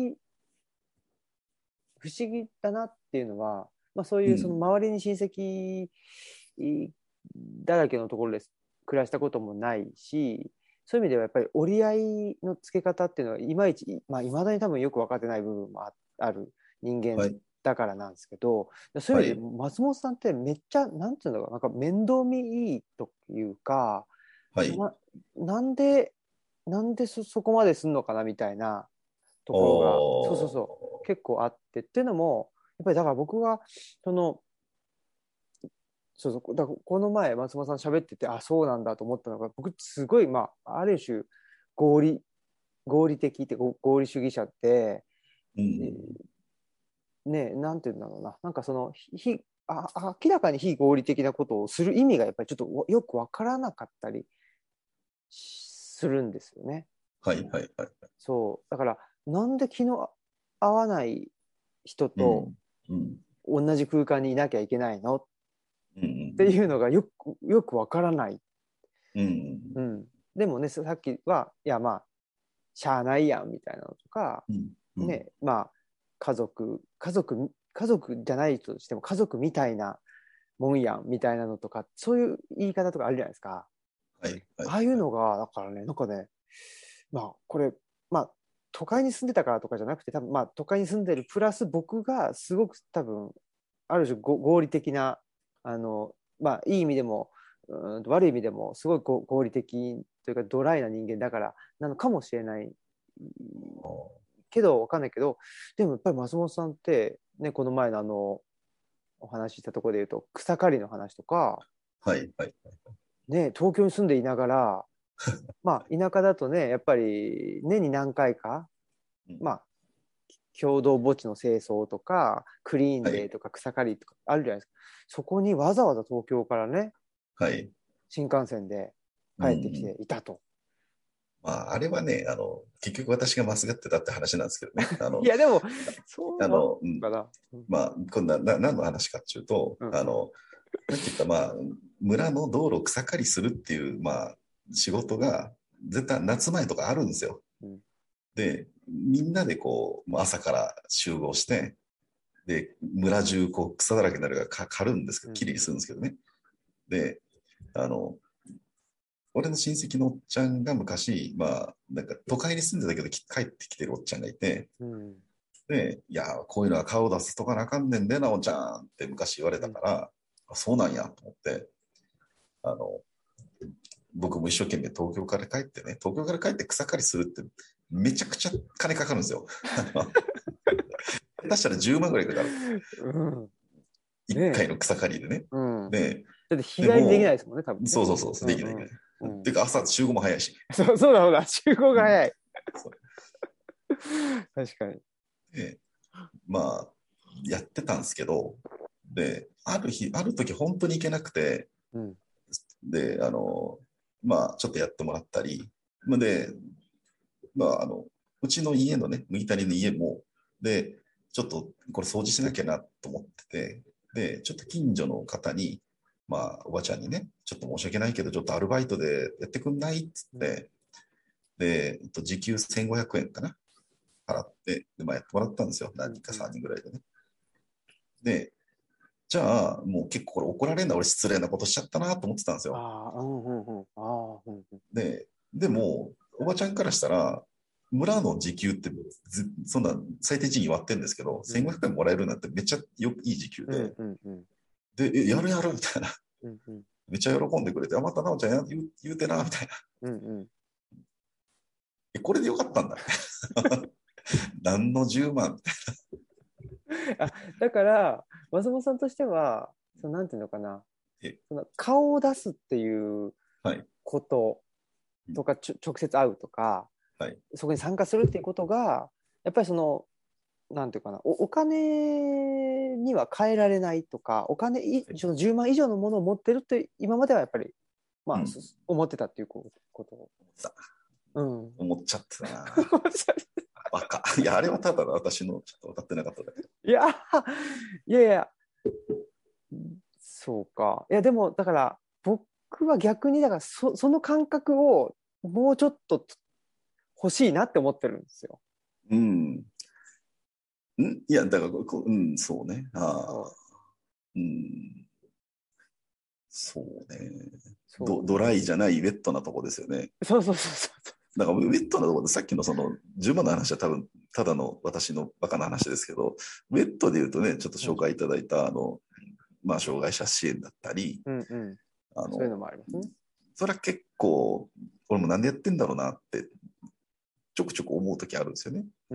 不思議だなっていうのは、まあそういうその周りに親戚だらけのところで暮らしたこともないし、そういう意味ではやっぱり折り合いのつけ方っていうのはいまいち、まあ未だに多分よく分かってない部分もある人間だからなんですけど、そういう意味で松本さんってめっちゃ、なんていうのかな、なんか面倒見いいというか、なんでそこまですんのかなみたいなところが、結構あってっていうのも、やっぱりだから僕は、だからこの前松本さん喋ってて、あ、そうなんだと思ったのが、僕すごい、まあ、ある種合理的って合理主義者って、ね、なんていうんだろうな、なんかその明らかに非合理的なことをする意味がやっぱりちょっとよくわからなかったりするんですよね。そうだからなんで気の合わない人と同じ空間にいなきゃいけないのっていうのがよくわからない。でもね、さっきはいやまあしゃあないやんみたいなのとか、ね、まあ家族じゃないとしても家族みたいなもんやんみたいなのとか、そういう言い方とかあるじゃないですか。ああいうのがだからね、なんかね、まあこれまあ都会に住んでたからとかじゃなくて、多分まあ都会に住んでるプラス僕がすごく多分ある種合理的な、まあいい意味でも悪い意味でもすごい合理的というかドライな人間だからなのかもしれないけど、わかんないけど、でもやっぱり松本さんってね、この前のお話ししたところで言うと草刈りの話とか、ね、東京に住んでいながら、まあ田舎だとね、やっぱり年に何回か、まあ共同墓地の清掃とかクリーンデーとか草刈りとかあるじゃないですか。そこにわざわざ東京からね、新幹線で帰ってきていたと。 まあ、あれはね、結局私が間違ってたって話なんですけどね。 いや、でも、そうなのかな。 まあ、今度は何の話かっていうと、なんていうか、まあ、村の道路を草刈りするっていう、まあ、仕事が、絶対夏前とかあるんですよ。で、みんなでこう、朝から集合して、で、村中こう草だらけになるから刈るんですけど、きれいにするんですけどね。で、俺の親戚のおっちゃんが昔、まあ、なんか都会に住んでたけど帰ってきてるおっちゃんがいて、で、いや、こういうのは顔出すとかなあかんねんでな、おちゃんって昔言われたから、そうなんやと思って、僕も一生懸命東京から帰って草刈りするってめちゃくちゃ金かかるんですよ。下手したら10万ぐらいかかる。1回の草刈りでね。で、 だって日帰りできないですもんね、多分。 そう、できない。てか朝集合も早いし。 そうだ、集合が早い。確かに。 で、まあ、やってたんですけど、で、ある時本当に行けなくて、で、まあ、ちょっとやってもらったり、で、まあ、うちの家のね、麦谷の家も、で、ちょっとこれ掃除しなきゃなと思ってて、で、ちょっと近所の方に、まあ、おばちゃんにね、ちょっと申し訳ないけど、ちょっとアルバイトでやってくんないっつって、で、時給1500円かな払って、で、まあ、やってもらったんですよ。何人か3人ぐらいでね。で、じゃあ、もう結構これ怒られるんだ、俺失礼なことしちゃったなと思ってたんですよ。でも、おばちゃんからしたら、村の時給ってそんな最低賃金割ってるんですけど、1500円もらえるなんてめっちゃいい時給で、で、やるみたいな。めっちゃ喜んでくれて、またなおちゃん言うてな、みたいな。これでよかったんだ。何の10万みたいな。だから、松本さんとしては、 そのなんていうのかな、 え、 その顔を出すっていうはい。 こととか、直接会うとか、 はい。 そこに参加するっていうことが、やっぱりその、なんていうかな、お金には変えられないとか、お金その10万以上のものを持ってるって今まではやっぱり、まあ、 うん。 思ってたっていうことを。 さうん。 思っちゃってたな。バカ。いや、あれはただ私のちょっと分かってなかっただけ。 いや、いやいや、そうか。いや、でも、だから、僕は逆に、だからその感覚をもうちょっと欲しいなって思ってるんですよ。 うん。いや、だからうん、そうね。ああ、 そう、 うん、そうね。 そドライじゃないウェットなとこですよね。 そうそうそうそうだからウェットなところでさっきのその10万の話は多分ただの私のバカな話ですけど、ウェットで言うとね、ちょっとそう。 紹介いただいたまあ障害者支援だったり、 うんうん。 あの、 そういうのもありますね。 それは結構、俺もなんでやってんだろうなってちょくちょく思うときあるんですよね。 うん。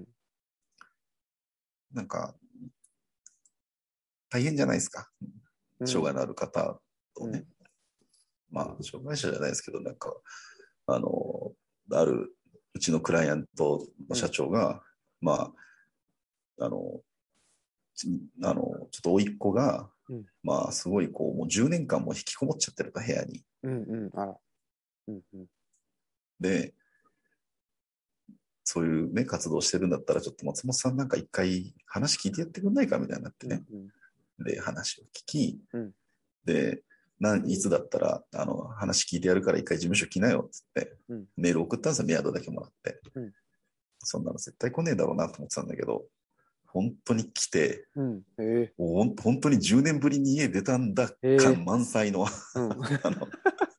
なんか大変じゃないですか。 うん。 障害のある方とね。 うん。 まあ、障害者じゃないですけど、なんか、あの、あるうちのクライアントの社うん。 長が、まあ、ちょっと甥っ子が、 うん。 まあ、すごいこう、もう10年間も引きこもっちゃってると、部屋に。 うん。うん。あら。うんうん。 で、そういうね、活動してるんだったら、ちょっと松本さんなんか一回話聞いてやってくんないかみたいになってね。 うんうん。 で、話を聞き、 うん。 で、いつだったら、話聞いてやるから一回事務所来なよ、つって、 うん。 メール送ったんですよ、メアドだけもらって。 うん。 そんなの絶対来ねえだろうなと思ってたんだけど、本当に来て、 うん。え本当に10年ぶりに家出たんだ感ええ満載の、 うん。 あの、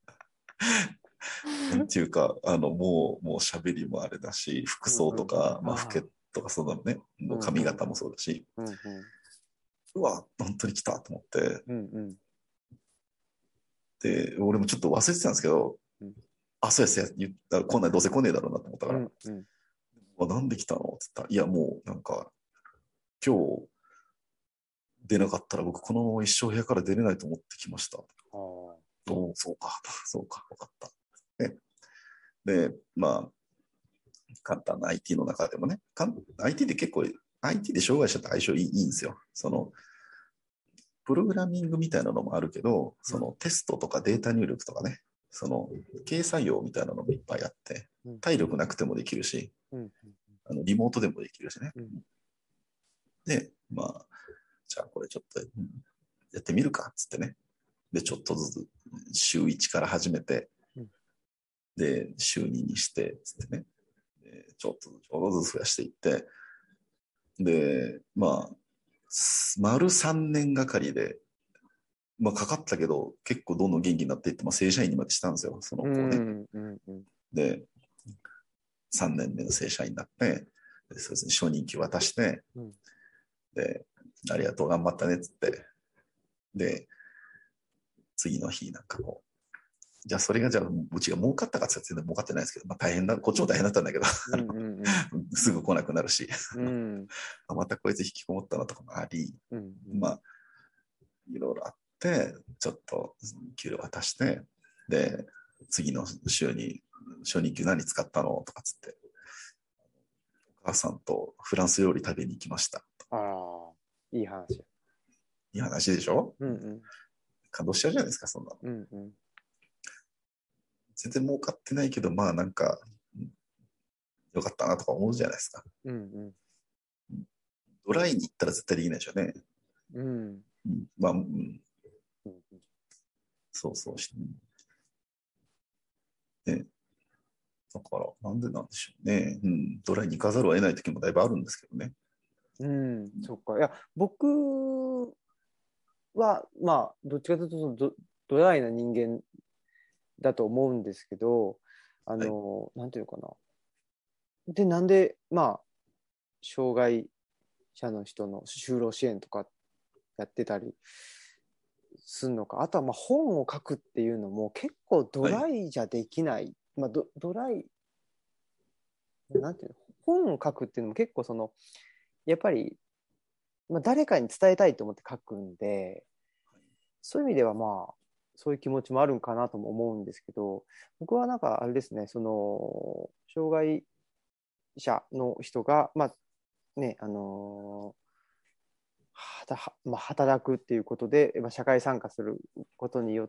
なんていうか、もう喋りもあれだし、服うんうん。 装とか、まあ、老けああ。 とか、そのね、 うんうん。 髪型もそうだし、 うんうん。 うわ、本当に来たと思って、 うんうん。 で、俺もちょっと忘れてたんですけど、 うん。 あ、そうですや、こんなんどうせ来ねえだろうなと思ったから、 うんうん。 なんで来たのって言ったら、いや、もう、なんか、今日出なかったら僕このまま一生部屋から出れないと思ってきました。 ああ。 おそうか、そうか、わかった。ね、で、まあ、簡単な IT の中でもね、IT で結構、IT で障害者と相性いいんですよ。プログラミングみたいなのもあるけど、 うん。 テストとかデータ入力とかね、軽作業みたいなのもいっぱいあって、 うん。 体力なくてもできるし、 うん。 リモートでもできるしね。 うん。 で、まあ、じゃあこれちょっとやってみるかっつってね。で、ちょっとずつ週1から始めて、 うん。 で、週2にして、つってね。ちょっとずつ増やしていって、で、まあ、丸3年がかりで、まあ、かかったけど、結構どんどん元気になっていって、まあ、正社員にまでしたんですよ、そのう子をね。 んうんうん。 で、3年目の正社員になって、そうですね、初任給渡して、 うん。 で、ありがとう、頑張ったね、つって。で、次の日、なんかこう、じゃあそれがじゃあうちが儲かったかって全然儲かってないですけど、まあ大変だ、こっちも大変だったんだけど、 うんうんうん。 すぐ来なくなるし、 うん。 またこいつ引きこもったなとかもあり、 うんうん。 まあ、いろいろあって、ちょっと給料渡して、で、次の週に初任給何使ったのとかつって、お母さんとフランス料理食べに行きました。 ああ、いい話。 いい話でしょ？ うんうん。 感動しちゃうじゃないですか、そんなの。 うんうん。 全然儲かってないけど、まあなんか、よかったなとか思うじゃないですか。 うんうんドライに行ったら絶対できないでしょうね。 うん。 まあ、 うんそうそうし、ね。だから、なんでなんでしょうね。ドライに行かざるを得ない時もだいぶあるんですけどね。 うん、そっか。いや、僕は、まあ、どっちかというとドライな人間だと思うんですけど、 はい。 なんていうのかな。で、なんで、まあ、障害者の人の就労支援とかやってたりするのか。あとは、まあ、本を書くっていうのも結構ドはい。 ライじゃできない。まあ、ドライ、なんていうの、本を書くっていうのも結構やっぱり、まあ、誰かに伝えたいと思って書くんで、 そういう意味ではまあ、そういう気持ちもあるんかなとも思うんですけど、僕はなんかあれですね、その、障害者の人が、まあね、まあ、働くっていうことで、まあ、社会参加することによって、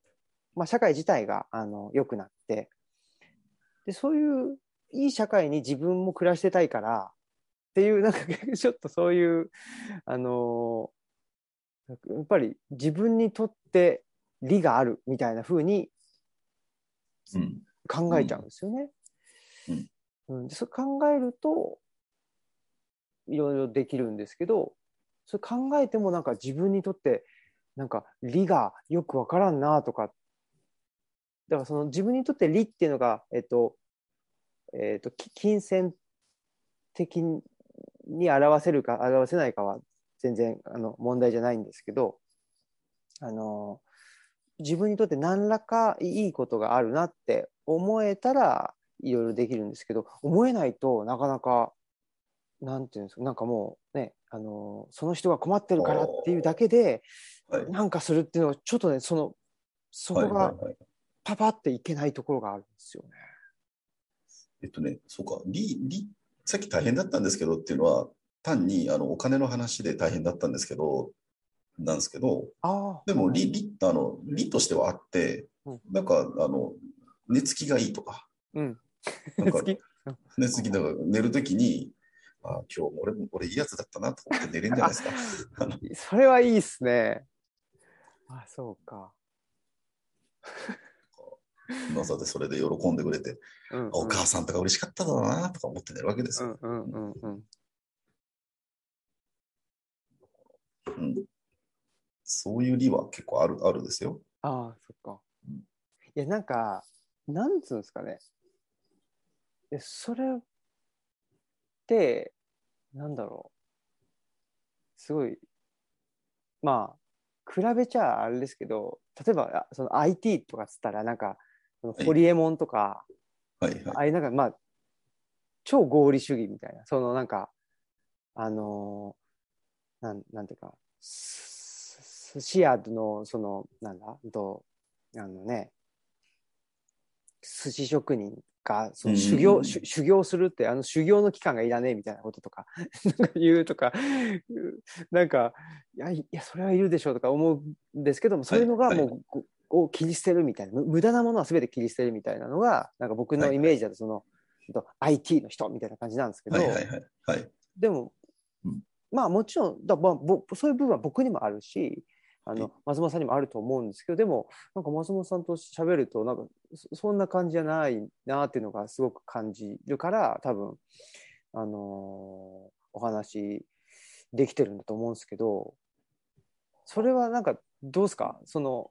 まあ、社会自体が良くなって、で、そういういい社会に自分も暮らしてたいからっていう、なんかちょっとそういう、あのやっぱり自分にとって利があるみたいな風にうん。 考えちゃうんうん。 ですよね。 うん。 うん、でそう考えるといろいろできるんですけど、それ考えてもなんか自分にとってなんか利がよくわからんなとか、だからその自分にとって利っていうのが、金銭的に表せるか表せないかは全然問題じゃないんですけど、あの自分にとって何らかいいことがあるなって思えたらいろいろできるんですけど、思えないとなかなか、なんていうんですか、なんかもうね、その人が困ってるあからっていうだあ、 けで、 はい。 なんかするっていうのは、ちょっとね、そはいはいこがはい。 パパっていけないところがあるんですよね。 そうか、さっき大変だったんですけどっていうのは、単にお金の話で大変だったんですけど、なんですけど、 ああ、 でも、 はいはい。 利としてはあって、 うん。 なんか、寝つきがいいとか、 うん。 なんか、 好き。うん。 寝つき、だから寝るときに、あ、今日俺いいやつだったなと思って寝れるんじゃないあ、 ですか。 それはいいっすね。あ、そうか。 の朝でそれで喜んでくれて、 うんうん。 お母さんとか嬉しかっただろうなとか思って寝るわけですよ。 うんうんうんうん。 うん、そういう利は結構あるですよ。 ああ、そっか。いや、なんか、なんつうんですかね。それって、なんだろう。すごい、まあ、比べちゃあれですけど、例えば、その IT とかっつったら、なんか、そのはい。 ホリエモンとか、 はいはい。 ああいうなんか、まあ、超合理主義みたいな、そのなんか、あのなんていうか、シアの、その、なんだ、あのね、寿司職人がそうんうんうのん。 修行するって修行の期間がいらねえみたいなこととかなんか言うとか、なんかいやそれはいるでしょうとか思うんですけども、そういうのがはいはいもうを切り捨てるみたいな、無駄なものは全て切り捨てるみたいなのがなんか僕のイメージはいはい。 だとIT の人みたいな感じなんですけど、 はいはいはい。はい。 でもうん、 まあもちろんそういう部分は僕にもあるし、 はい。 松本さんにもあると思うんですけど、でもなんか松本さんと喋るとなんかそんな感じじゃないなっていうのがすごく感じるから、多分お話できてるんだと思うんですけど、それはなんかどうですか、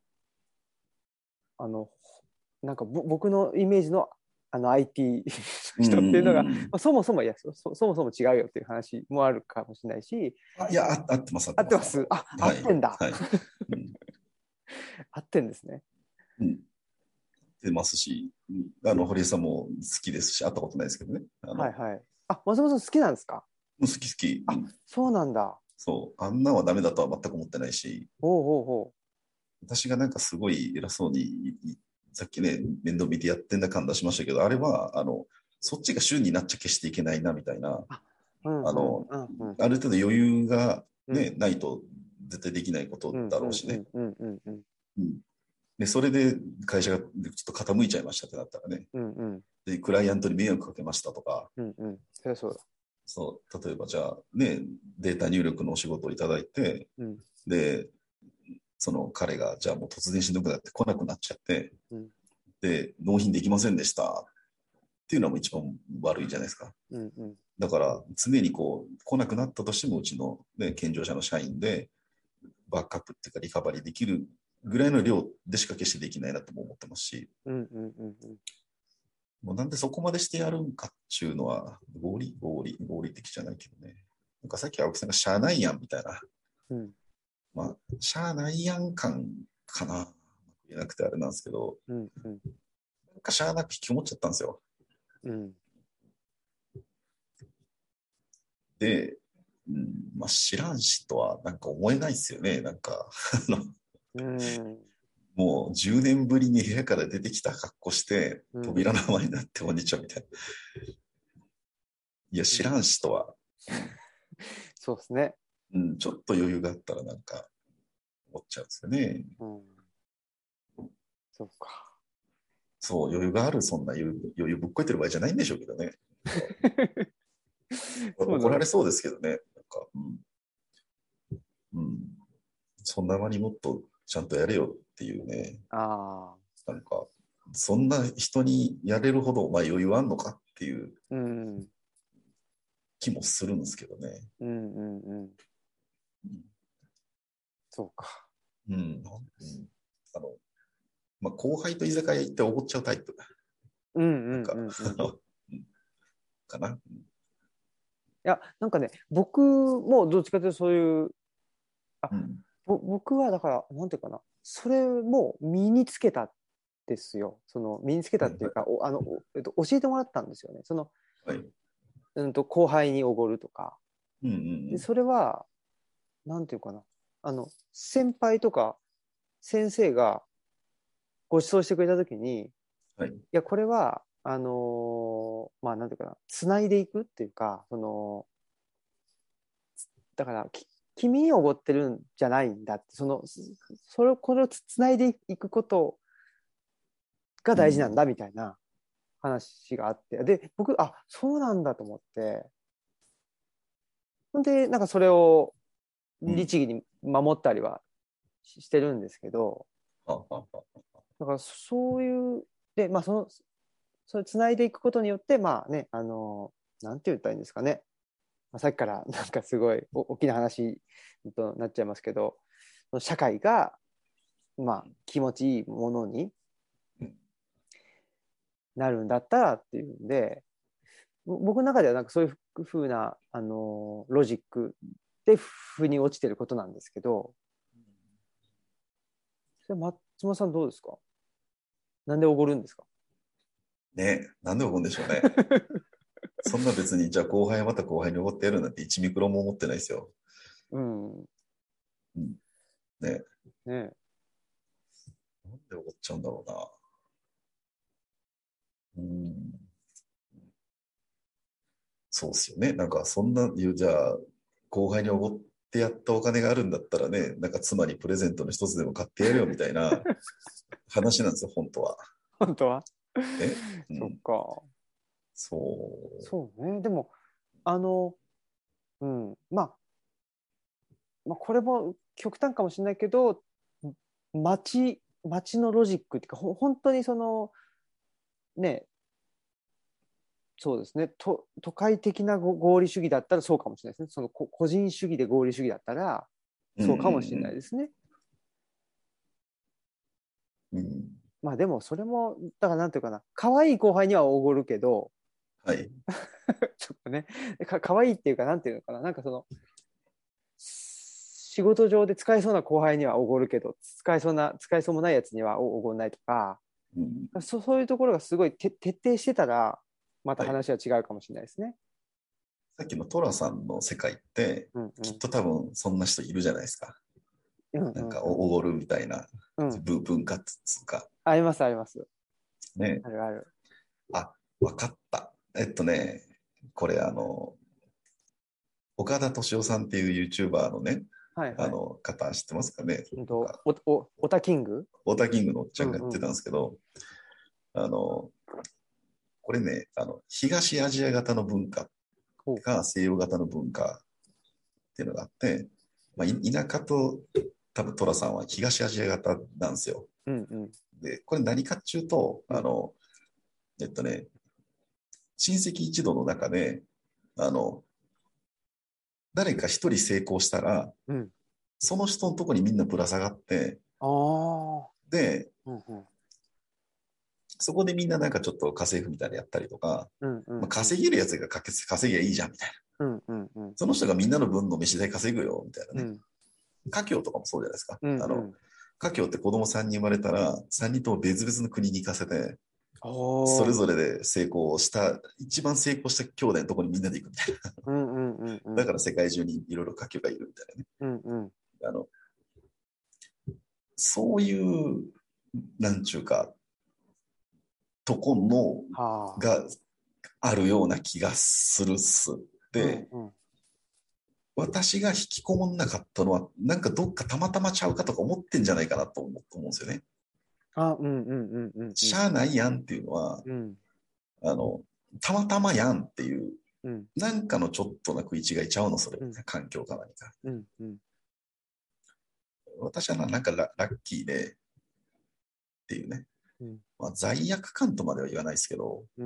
あのなんか僕のイメージのIT のうんうん人っていうのが、 うんうん。 まあ、そもそもいやそもそも違うよっていう話もあるかもしれないし、 いや、合ってます、合っ合てます。 ってます。あ、合はい。 ってんだ。 はい。うん。 合ってんですね。 うん。出ますし、堀江さんも好きですし、会ったことないですけどね。 はいはい。あ、松本さん好きなんですか？ 好き好き。うあ、 ん。 そうなんだ。 そう。あんなんはダメだとは全く思ってないし、 ほうほうほ私がなんかすごい偉そうに、さっきね、面倒見てやってんだ感出しましたけど、あれは、そっちが主になっちゃ決していけないな、みたいな、 う。あ、うんうんあの、 うんうんある程度余裕がね、 うんないと絶対できないことうんうんだろうしね。 うんうんうんうんうん。で、それで会社がちょっと傾いちゃいましたってなったらね、 うんうんで、クライアントに迷惑かけましたとか、 うんうん。そりゃそうだ。 そう、例えばじゃあね、データ入力のお仕事をいただいて、 うんで、その彼がじゃあもう突然しんどくなって来なくなっちゃって、 うんで、納品できませんでしたっていうのはもう一番悪いじゃないですか。 うんうんだから常にこう来なくなったとしてもうちの、ね、健常者の社員でバックアップっていうかリカバリーできるぐらいの量でしか決してできないなとも思ってますし、 うんうんうんもうなんでそこまでしてやるんかっていうのは合理的じゃないけどね。なんかさっき青木さんがしゃあないやんみたいな、 うんまあ、しゃあないやん感かな。言えなくてあれなんですけど、 うんうんなんかしゃあなく引きこもっちゃったんですよ。 うんで、うん、まあ知らんしとはなんか思えないですよね。なんか、 うん。 もう10年ぶりに部屋から出てきた格好して、 うん。 扉の前になって、こんにちは、みたいな。いや、知らんしとは、 そうですね。 うん、ちょっと余裕があったらなんか思っちゃうんですよね。 うん。そうか。 そう、余裕がある、そんな余裕ぶっこいてる場合じゃないんでしょうけどね。 そう怒られそうなんです。 ですけどね。なんか、うん、そんな間にもっとちゃんとやれよっていうね。 ああ。 なんか、そんな人にやれるほど、まあ、余裕あんのかっていううん。 気もするんですけどね。 うんうんうん。そうか。 うん。あの、まあ、後輩と居酒屋行っておごっちゃうタイプ。 うんうんなんか、 うんうん。いかな。 や、なんかね、僕もどっちかというとそういう、あ、 うん。 僕はだから、なんていうかな、それも身につけたんですよ。その身につけたはいはい。 っていうか、教えてもらったんですよね。その、 はい。 後輩におごるとか。 うんうで、 んそれは、なんていうかな、先輩とか先生がご馳走してくれたときに、いうん。はい。 や、これは、まあ、なんていうかな、つないでいくっていうか、だから、君におごってるんじゃないんだって、これをつないでいくことが大事なんうん。 だみたいな話があって、で、僕、そうなんだと思って、ほんで、なんかそれをうん。 律儀に守ったりはしてるんですけど、 ははは。 だからそういう、で、まあそれつないでいくことによって、まあね、なんて言ったらいいんですかね。まあ、さっきからなんかすごい大きな話となっちゃいますけど、社会が、まあ、気持ちいいものにうん。 なるんだったらっていうんで、僕の中ではなんかそういうふうな、ロジックで腑に落ちてることなんですけど、それ松本さんどうですか？なんでおごるんですか？ ね、なんで怒るんでしょうね。そんな別に、じゃあ後輩はまた後輩に怒ってやるなんて1ミクロも思ってないですよ。 うん。 うん。ね。 ね。 なんで怒っちゃうんだろうな。うん。そうっすよね。なんかそんな、じゃあ、後輩におごってやったお金があるんだったらね、なんか妻にプレゼントの一つでも買ってやるよみたいな話なんですよ、本当は。 本当は。 ね。うそっん。 か。 そそうね。でも、あの、うん。まあ、これも極端かもしれないけど、街のロジックっていうか、本当にね、そうですね、都会的な合理主義だったらそうかもしれないですね。個人主義で合理主義だったら、 う。うんうそうかもしれないんですね。 うん。うん。 まあでも、それも、だからなんていうかな、可愛い後輩にはおごるけど、 はい。 ちょっとね、可愛いっていうか、なんていうのかな、なんか仕事上で使えそうな後輩にはおごるけど、使えそうもないやつにはおごんないとか、 うん。 そういうところがすごい徹底してたら、またはい。 話は違うかもしれないですね。 さっきのトラさんの世界って、 うんうん。 きっと多分そんな人いるじゃないですか。 うんなんかうんおごるみたいなうん。うん。 文化っつうか。 ありますあります。 ね。 あるある。 あ、わかった。これ岡田敏夫さんっていう YouTuber のね、 はいはい。 方知ってますかね。なんか、 オタキング。 オーターキングのおっちうゃんが言ってたんんうんうん。 ですけど、あの、これね、東アジア型の文化ほう。 か西洋型の文化っていうのがあって、まあ、田舎と多分トラさんは東アジア型なんですよ。 うんうんで、これ何かっていうと、 うん。 えっとね、親戚一同の中で、あの、誰か一人成功したら、 うん。 その人のとこにみんなぶら下がって、 ああ。 で、 うんうんそこでみんななんかちょっと家政婦みたいなやったりとか、 うんうまあ、 んうん稼げるやつが稼ぎゃいいじゃんみたいな。 うんうんうんその人がみんなの分の飯代稼ぐよみたいなね。 うん家境とかもそうじゃないですか。 うんうん。 家境って子供3人生まれたら、3人とも別々の国に行かせて、それおー。 ぞれで一番成功した兄弟のところにみんなで行くみたいな。 うんうんうんうんだから世界中にいろいろ家境がいるみたいなね。 うんうんあの、 そういう、なんちゅうか、とこの、 はあ。 があるような気がするっす。で、 うんうん。 私が引きこもんなかったのは、なんかどっかたまたまちゃうかとか思ってんじゃないかなと思うんですよね。 あ、うんうんうんうんうん。 しゃあないやんっていうのは、 うん。 あの、たまたまやんっていう、 うん。 なんかのちょっとな食い違いちゃうの、それ。 うん。 環境か何か。 うん。うん。 私はなんかラッキーでっていうね。 うん。 まあ、罪悪感とまでは言わないですけど、 うん。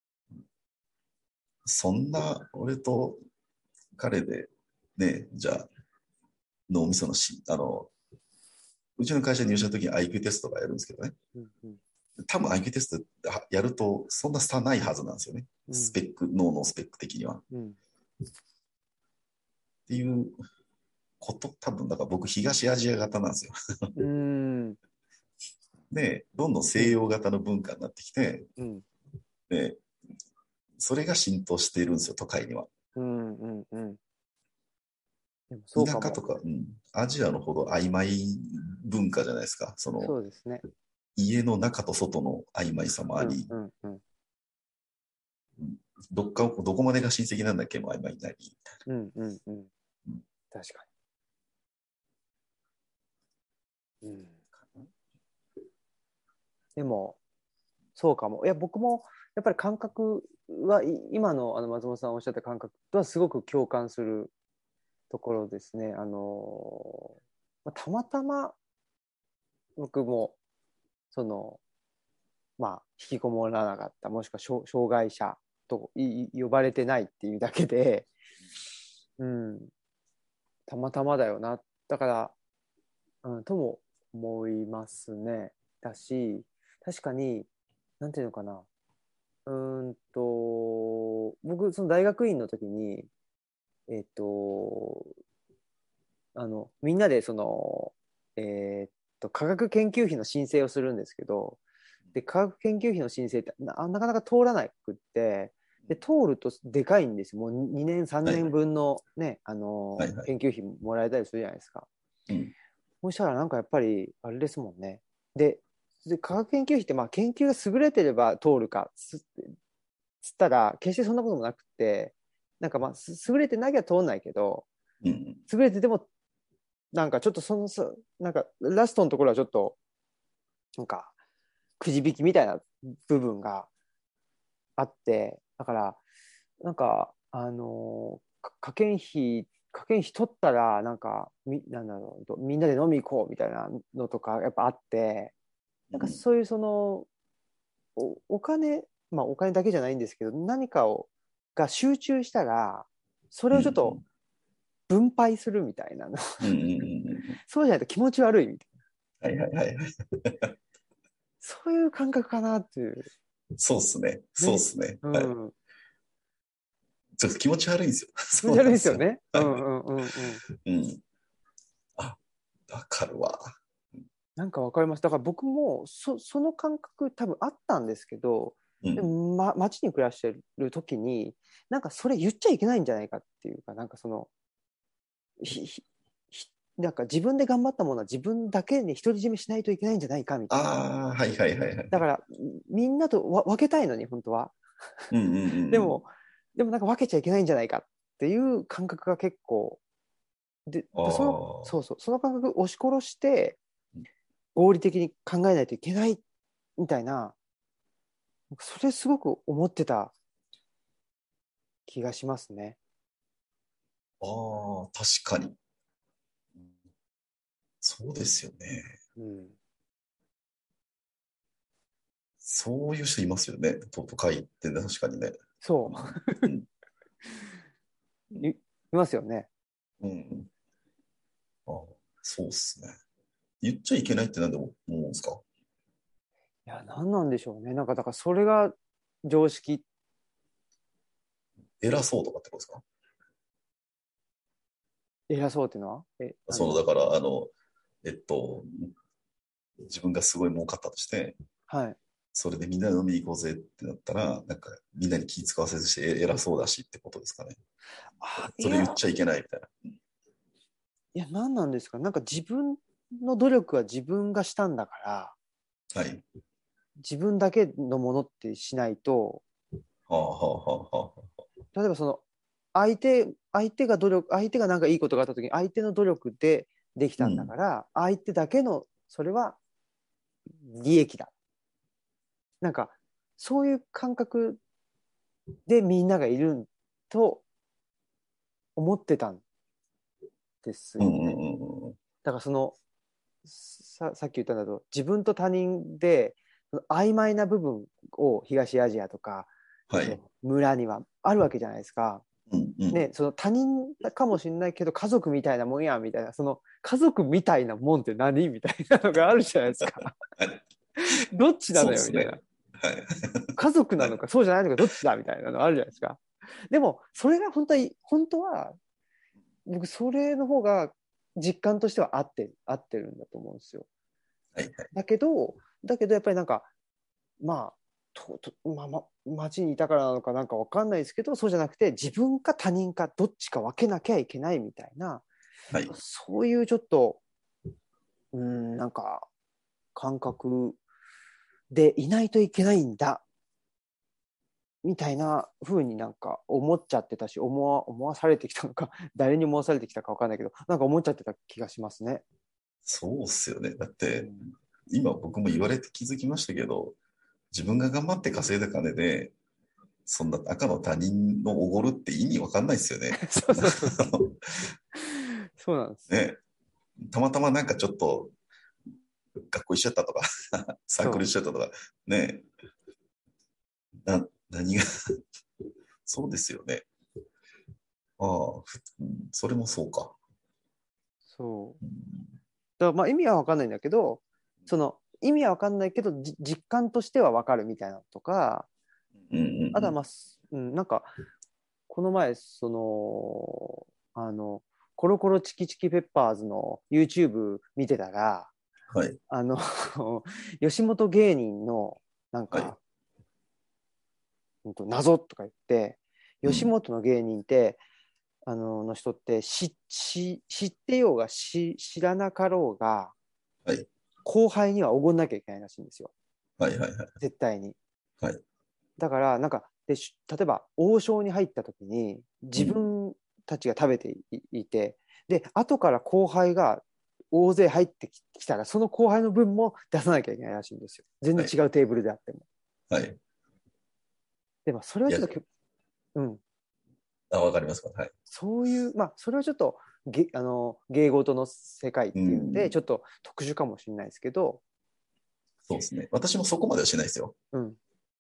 そんな俺と彼で、ね、じゃあ、脳みそのうちの会社に入社の時に IQ テストがやるんですけどね。 うん。うん。 多分 IQ テストやるとそんな差ないはずなんですよね。 うん。 脳のスペック的には。っうん。 ていうこと、多分だから僕東アジア型なんですよ。 うん。 で、どんどんうん。 西洋型の文化になってきて、 うん。 で、それが浸透しているんですよ、都会には。 うん。うん。うん。でもそうかも。 田舎とか、アジアのほど曖昧文化じゃないですか。 そうですね。 家の中と外の曖昧さもうん。 あり、 うん。うん。 どこまでが親戚なんだっけも曖昧になり。 うん。うん。うん。 うん、 確かに。うん。でも、そうかも。いや、僕も、やっぱり感覚は、今の、松本さんおっしゃった感覚とはすごく共感するところですね。たまたま僕も、引きこもらなかった、もしくは障害者と呼ばれてないっていうだけで、うん、たまたまだよな。だから、とも思いますね。だし、確かに、なんていうのかな。僕、その大学院の時に、えっと、みんなで科学研究費の申請をするんですけど、で、科学研究費の申請ってなかなか通らなくって、で、通るとでかいんですよ。もう2年、3 はいはい。 年分のね、 はいはい。 研究費もらえたりするじゃないですか。 うん。 そしたらなんかやっぱり、あれですもんね。で、科学研究費って、研究が優れてれば通るか、つったら、決してそんなこともなくて、なんか優れてなきゃ通んないけど、 うん。 優れてても、なんかちょっとなんかラストのところはちょっと、なんか、くじ引きみたいな部分があって、だから、なんか、科研費取ったら、なんか、なんだろう、みんなで飲み行こうみたいなのとか、やっぱあって、なんかうん。 そういうお金、お金だけじゃないんですけど、何かが集中したら、それうん。 をちょっと分配するみたいなの。 うん。うん。うん。 そうじゃないと気持ち悪いみたいな。 はいはいはい。 そういう感覚かなっていう。 そうっすね。そうっね。 すね。 うはい。 ん。 ちょっと気持ち悪いんですよ。 気持ち悪いそうなんですよ。 ですよね。うはい。 んうんうんうん。 うん。あ、わかるわ。 なんかわかります。だから僕もその感覚多分あったんですけど、でうん。 も街に暮らしてる時に、なんかそれ言っちゃいけないんじゃないかっていうか、なんかひひなんか自分で頑張ったものは自分だけに独り占めしないといけないんじゃないかみたいな。 ああ、はいはいはいはい。 だからみんなと分けたいのに本当は。 うんうんうんうん。 でも、でもなんか分けちゃいけないんじゃないかっていう感覚が結構、で、 あそうあ。 そう、その感覚を押し殺して合理的に考えないといけないみたいな、それすごく思ってた気がしますね。 ああ、確かに。そうですよね。 うん。 そういう人いますよね。都会ってね、確かにね。 そうん。 う。いますよね。 うん。うん。ああ、そうっすね。言っちゃいけないって何でも思うんですか？ いや、何なんでしょうね。なんか、だからそれが常識、 偉そうとかってことですか？ 偉そうっていうのはだから、えっと、自分がすごい儲かったとして、 はい。 それでみんなで飲みに行こうぜってなったら、なんかみんなに気使わせずして偉そうだしってことですかね。 あ、 それ言っちゃいけないみたいな。 いや、何なんですか。なんか自分の努力は自分がしたんだから、 はい。 自分だけのものってしないと、 はあはあはあはあ。 例えばその相手がなんかいいことがあった時に相手の努力でできたんだから、相手だけのそれは利益だ。なんかそういう感覚でみんながいると思ってたんですよね。だからそのさっき言ったんだと自分と他人で曖昧な部分を東アジアとか、 はい。 村にはあるわけじゃないですか。ね、その他人かもしれないけど家族みたいなもんやみたいな、その家族みたいなもんって何みたいなのがあるじゃないですか。 はい。 どっちなそうのよみたいな。 ですね。はい。 家族なはい。 のかそうじゃないのかどっちだみたいなのあるじゃないですか。でもそれが本当は僕それの方が実感としては合ってるんだと思うんですよ。 はい。 だけどやっぱりなんかまあ町にいたからなのかなんかわかんないですけど、そうじゃなくて自分か他人かどっちか分けなきゃいけないみたいな、 はい。 そういうちょっとなんか感覚でいないといけないんだみたいな風になんか思っちゃってたし、思わされてきたのか誰に思わされてきたか分かんないけど、なんか思っちゃってた気がしますね。 そうっすよね。だっうて、 ん、 今僕も言われて気づきましたけど、自分が頑張って稼いだ金で、そんな赤の他人のおごるって意味わかんないですよね。 そうそうそうそうそうなんです。 ね、たまたまなんかちょっと学校一緒やったとかサークルそ一緒やったとか、ね、何がそうですよね。ああ、それもそうか。 そううんだからまあ意味は分かんないんだけど、その意味は分かんないけど実感としては分かるみたいなのとか、 うんうんあとはまあ、なんかこの前コロコロチキチキペッパーズの YouTube 見てたら、 はい、 あの吉本芸人のなんはい、 か、謎とか言って、吉うん、 本の芸人っての人って知ってようが知らなかろうがはい、 後輩にはおごんなきゃいけないらしいんですよ、 はい、はい、はい、 絶対に。 はい、 だからなんか例えば王将に入った時に自うん、 分たちが食べていて、で後から後輩が大勢入ってきたらその後輩の分も出さなきゃいけないらしいんですよ、全然はい、 違うテーブルであっても。 はい。 でもそれはいや、 ちょっとあ、わかりますか。はい。 そういうまあそれはちょっと芸事の世界っうていうんでん、 ちょっと特殊かもしれないですけど、 そうですね。私もそこまではしないですよ。 うん、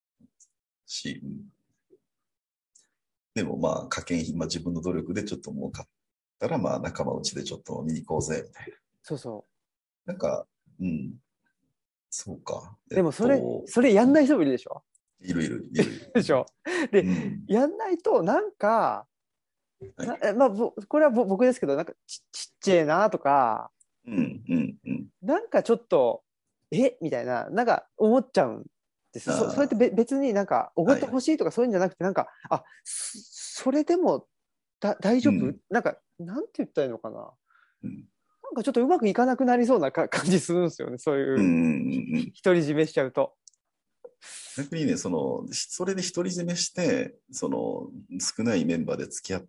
でもまあ、課金費、まあ自分の努力でちょっと儲かったら、まあ仲間内でちょっと見に行こうぜ、みたいな。 そうそなんか、うん、そうか。 う。でもそれやんない人もいるでしょ。 いるいる、いるいる。 でしょ。で、 うん。 やんないとなんかはい。 まあ、これは僕ですけど、なんかちっちゃいなとか、 うん、うん、うん。 なんかちょっと、みたいな、なんか思っちゃうんです。それってあ別になんか、おあ、 ごってはい。 ほしいとかそういうんじゃなくて、なんか、それでも大丈夫うん、 なんか、なんて言ったらいいのかな。 うん、 なんかちょっとうまくいかなくなりそうな感じするんですよね。そううん、ういう、 ん。うん。 独り占めしちゃうと。 逆にね、それで独り占めして、少ないメンバーで付き合って、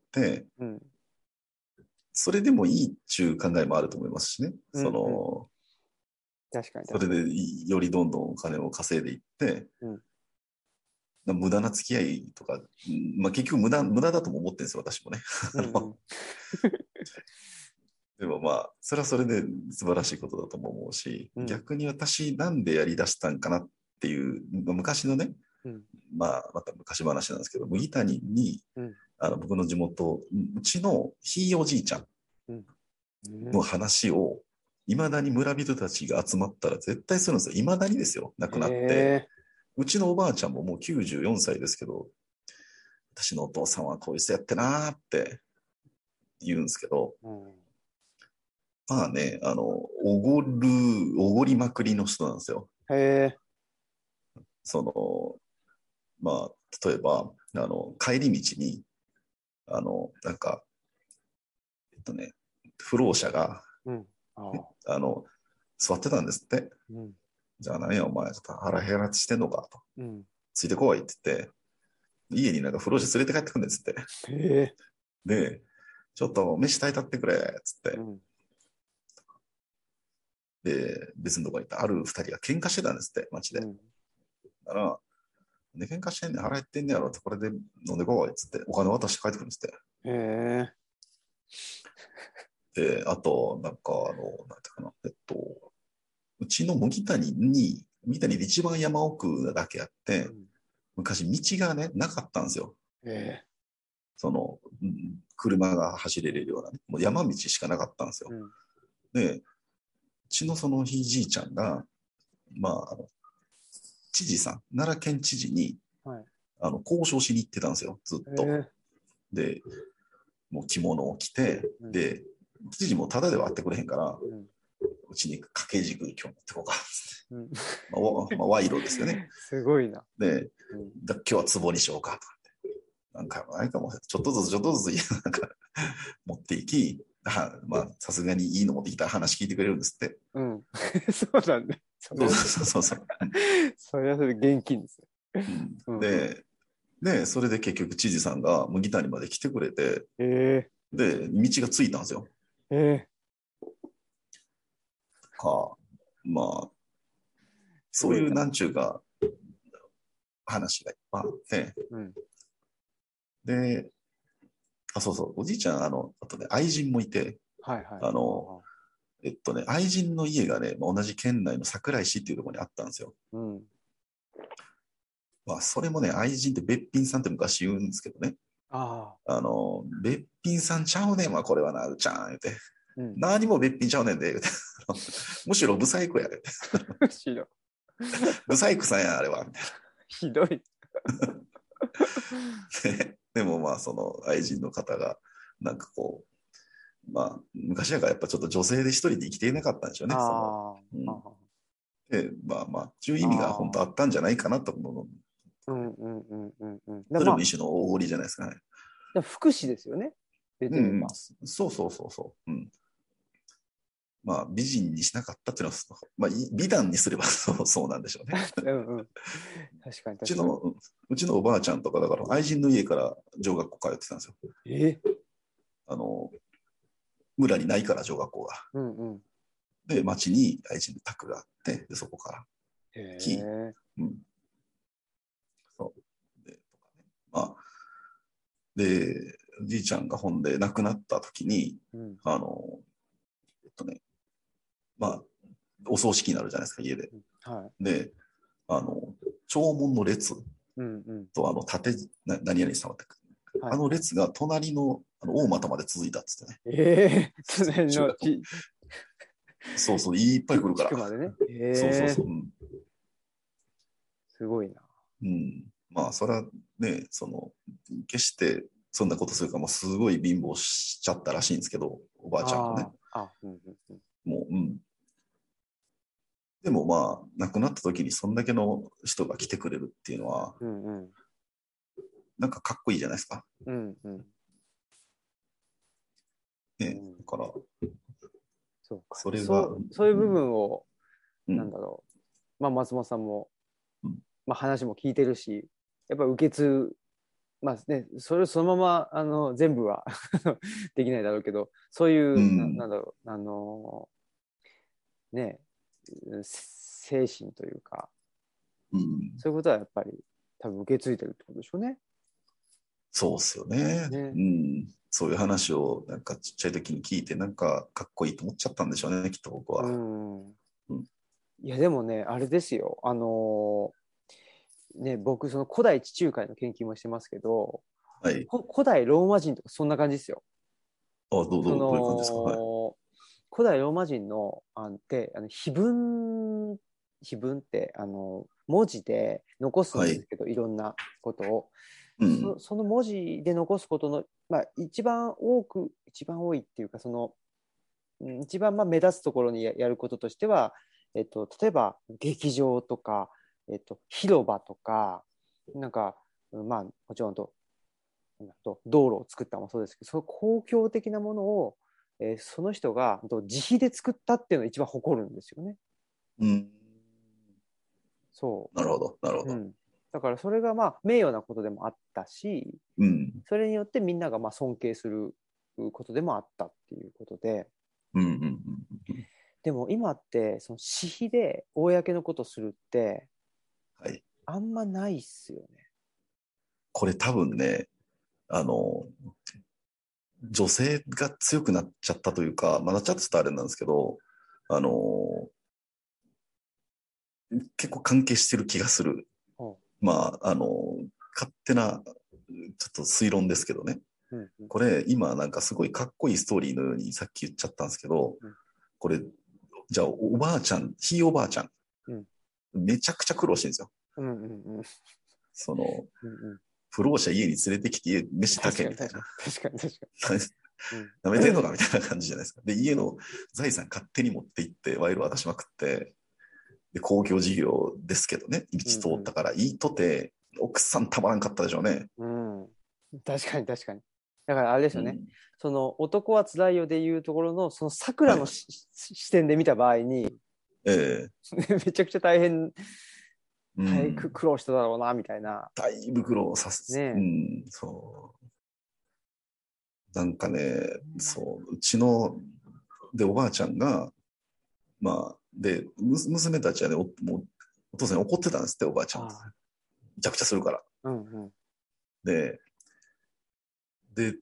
うん。 それでもいいっていう考えもあると思いますしね。 うんうん。確かにそれ確かに。 でよりどんどんお金を稼いでいって、 うん。 無駄な付き合いとか、まあ結局無駄だとも思ってるんですよ、私もね。 うんうん。 でもまあ、それはそれで素晴らしいことだとも思うし、 うん。 逆に私なんでやり出したんかなっていう、昔のね、 うん。 まあ、また昔話なんですけど、麦谷に、 うん。 僕の地元、うちのひいおじいちゃんうん。うのん。 話を、いまだに村人たちが集まったら絶対するんですよ。いまだにですよ。亡へくなって。 え。 うちのおばあちゃんももう94歳ですけど、私のお父さんはこういう人やってなーって言うんですけど、 うん。 まあね、おごりまくりの人なんですよ。 へえ。 その、まあ、例えば、帰り道に、なんか、不老者が、 うん。ああ。 あの、 座ってたんですって。 うん。 じゃあ何やお前、ちょっと腹減らしてんのかと。 うん。 ついてこいって言って、家になんか風呂師連れて帰ってくるんですって。 へえ。 で、ちょっと飯炊いたってくれ、つって。 うん。 で、別のとこに行ったある二人が喧嘩してたんですって、街で。 うん。 だから、で、喧嘩してんねん、腹減ってんねやろって、これで飲んでこい、つって、お金渡して帰ってくるんですって。 へえ。 で、あと、なんか、なんていうかな、うちの麦谷で一番山奥だけあって、 うん。 昔道がね、なかったんですよ。 へえ。 その、車が走れるようなね、もう山道しかなかったんですよ。 うん。 で、うちのそのひいじいちゃんが、まあ、知事さん、奈良県知事に、 はい。 交渉しに行ってたんですよ、ずっと。 へえ。 で、もう着物を着て、 うん。 で、知事もタダでは会ってくれへんから、 うん。 うちに掛け軸今日持ってこうかっつって。 うん。 賄賂ですよね。 すごいな。 で、 うん。 今日は壺にしようかと。なんか、何かもちょっとずつちょっとずつなんか持っていき、まあ、さすがにいいの持ってきたら話聞いてくれるんですって。 うん。そうなんだ。それそうはそうそうそう。 それはそれで現金ですね。 うん、 うんうん。 で、それで結局知事さんが麦谷まで来てくれて、 えで、道がついたんですよ。 えええ、 まあ、そういう、 すごいな。 なんちゅうか、話がいっぱいあって、 うん。 で、そうそう、おじいちゃん、あとね、愛人もいて、 はいはい。 あの、愛人の家がね、同じ県内の桜井市っていうところにあったんですよ。 うん。 まあ、それもね、愛人ってべっぴんさんって昔言うんですけどね。 ああ。 べっぴんさんちゃうねんわ、これはな、うちゃん、言うて。 うん。 何もべっぴんちゃうねんで、言うて。むしろブサイクや、言うて。 ひどい。 ブサイクさんや、あれは、みたいひどい。 な。でもまあ、その愛人の方が、なんかこう、まあ、昔だからやっぱちょっと女性で一人で生きていなかったんでしょうね、その。 ああ。 うん、 あで、まあまあ、そういう意味が本当ああ。 ったんじゃないかなと思う。 うんうんうんうんうん。 それもまあ、 一種の大堀じゃないですかね。 福祉ですよね。言っうんうん。 てみれば。 そうそうそうそう。うん。まあ、美人にしなかったっていうのは、まあ、美談にすればそうなんでしょうね。 うんうん。確かに確かに。 うちのおばあちゃんとか、だから愛人の家から女学校通ってたんですよ。 え、 あの、村にないから女学校が。 うんうん。 で、町に愛人の宅があって、で、そこからへ木。 え。 うん。そう。で、とかね。まあ、で、じいちゃんが本で亡くなった時に、 うん。 あの、えっとね、まあ、お葬式になるじゃないですか、家で。 はで、あの、弔問の列い。うんうん。 と、何々様って、 はいはい。 列が隣の、大俣まで続いたっつってね。 ええ、隣中学校。 のそうそう、いっぱい来るから。 地区までね。へえ、 そうそうそう。うん。 すごいな。 うん、まあ、それはね、決してそんなことするかもうすごい貧乏しちゃったらしいんですけど、おばあちゃんがね。 ああ、あ、うんうんうん。 もう、うん。でもまあ、亡くなった時にそんだけの人が来てくれるっていうのは、 うんうん。 なんかかっこいいじゃないですか。 うんうん。うね。 ん、 だから、 そうか。 それが、 そういう部うん、 分を、 うん、 なんだろう。まあ、松本さんも、 うん、 まあ、話も聞いてるし、やっぱ受け継、まあね、それをそのまま、全部はできないだろうけど、そういう、なんだろう、ね、精神というか、 うん。 そういうことはやっぱり多分受け継いでるってことでしょうね。 そうっすよね。 ね。 うん。そういう話をなんかちっちゃい時に聞いて、なんかかっこいいと思っちゃったんでしょうね、きっと僕うは。 ん。 うん。 いや、でもね、あれですよ。ね、僕、その古代地中海の研究もしてますけど、 はい。 古代ローマ人とかそんな感じですよ。そどういう感じですか？はい。 の、古代ローマ人の、碑文って、文字で残すんはい。 ですけど、いろんなことを。 うん。 その文字で残すことの、まあ、一番多いっていうか、一番まあ目立つところにやることとしては、例えば劇場とか、広場とか、なんか、まあ、もちろん道路を作ったもそうですけど、そういう公共的なものをその人が自費で作ったっていうのを一番誇るんですよね。 うん。 そなるほど、なるほう。うど。 ん。だからそれがまあ名誉なことでもあったし、 うん。 それによってみんながまあ尊敬することでもあったっていうことで、 うんうんうんでも今ってその私費で公のことするってはい。 あんまないっすよね。 これ多分ね、あの、女性が強くなっちゃったというか、まだちょっとあれなんですけど、あの、結構関係してる気がする。 ほまあ、勝手な、ちょっと推論ですけどね。 う。うんうんこれ、今なんかすごいかっこいいストーリーのようにさっき言っちゃったんですけど、 うんこれ、じゃあおばあちゃん、ひいおばあちゃん、 うんめちゃくちゃ苦労してるんですよ。 うんうんうんその、 うんうん。 不老者家に連れてきて飯炊確かにけみたいな。 確かに確かに。うん舐めてんのかみたいな感じじゃないですか。で、家の財産勝手に持って行って賄賂渡しまくって、で、公共事業ですけどね、道通ったから、いいとて、奥さんたまらんかったでしょうね。 うんうん。確かに確かに。だからあれですよね。 うん。 その男はつらいよでいうところのその桜のはい。 視点で見た場合にええめちゃくちゃ大変、 うん。 苦労しただろうなみたいな。 だいぶ苦労さねす。うえ。 ん、そう。なんかね、そう、うちの、で、おばあちゃんが、まあ、で、娘たちはね、もう、お父さんに怒ってたんですって、おばあちゃん。めあちゃくちゃするから。 あ、うんうん。 で、で、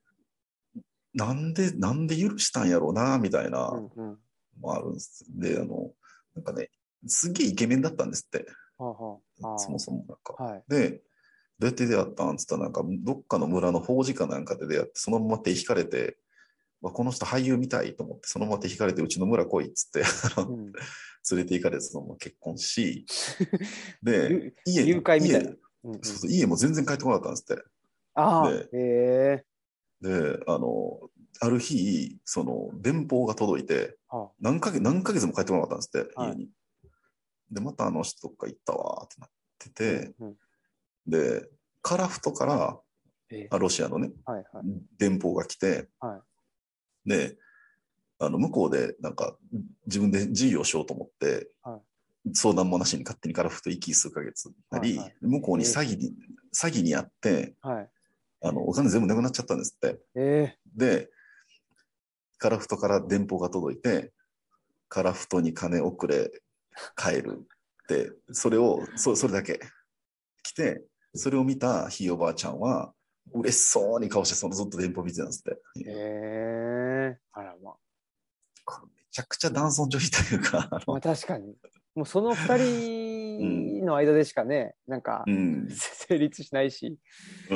なんで許したんやろうな、みたいな、 うんうん。 もあるんです。で、なんかね、すげえイケメンだったんですって。 はあはそもそもなんか。 あ。はい。 で、どうやって出会ったんつったら、なんか、どっかの村の法事かなんかで出会って、そのまま手引かれて、この人俳優みたいと思って、そのまま手引かれて、うちの村来いっつって、 うん。 連れて行かれて、そのまま結婚し、で、 誘拐みたいな。うんうん。 そうそう、家も全然帰ってこなかったんですって。 ああ、 で、 へえ。 で、ある日、その、電報が届いて、 は何ヶ月も帰ってこなかったんですって、 あ、はい。 家に。で、またあの人どっか行ったわってなってて、 うんうん。 で、カラフトからえ、 ロシアのね、 はいはい。 電報が来て、 はい。 で、向こうでなんか自分で事業しようと思って、 はい。 相談もなしに勝手にカラフト行き数ヶ月なり、 はいはい。 向こうに詐欺にあって、 はい。 お金全部なくなっちゃったんですって。 ええで、カラフトから電報が届いて、カラフトに金送れ、帰るって、それだけ来て、それを見たひいおばあちゃんは、嬉しそうに顔して、ずっと電報見てたんですって。 あらまあ。 これめちゃくちゃ男尊女卑というか、 まあ確かに。もうその二うん、 人の間でしかね、なんかうん、 成立しないし、 うん。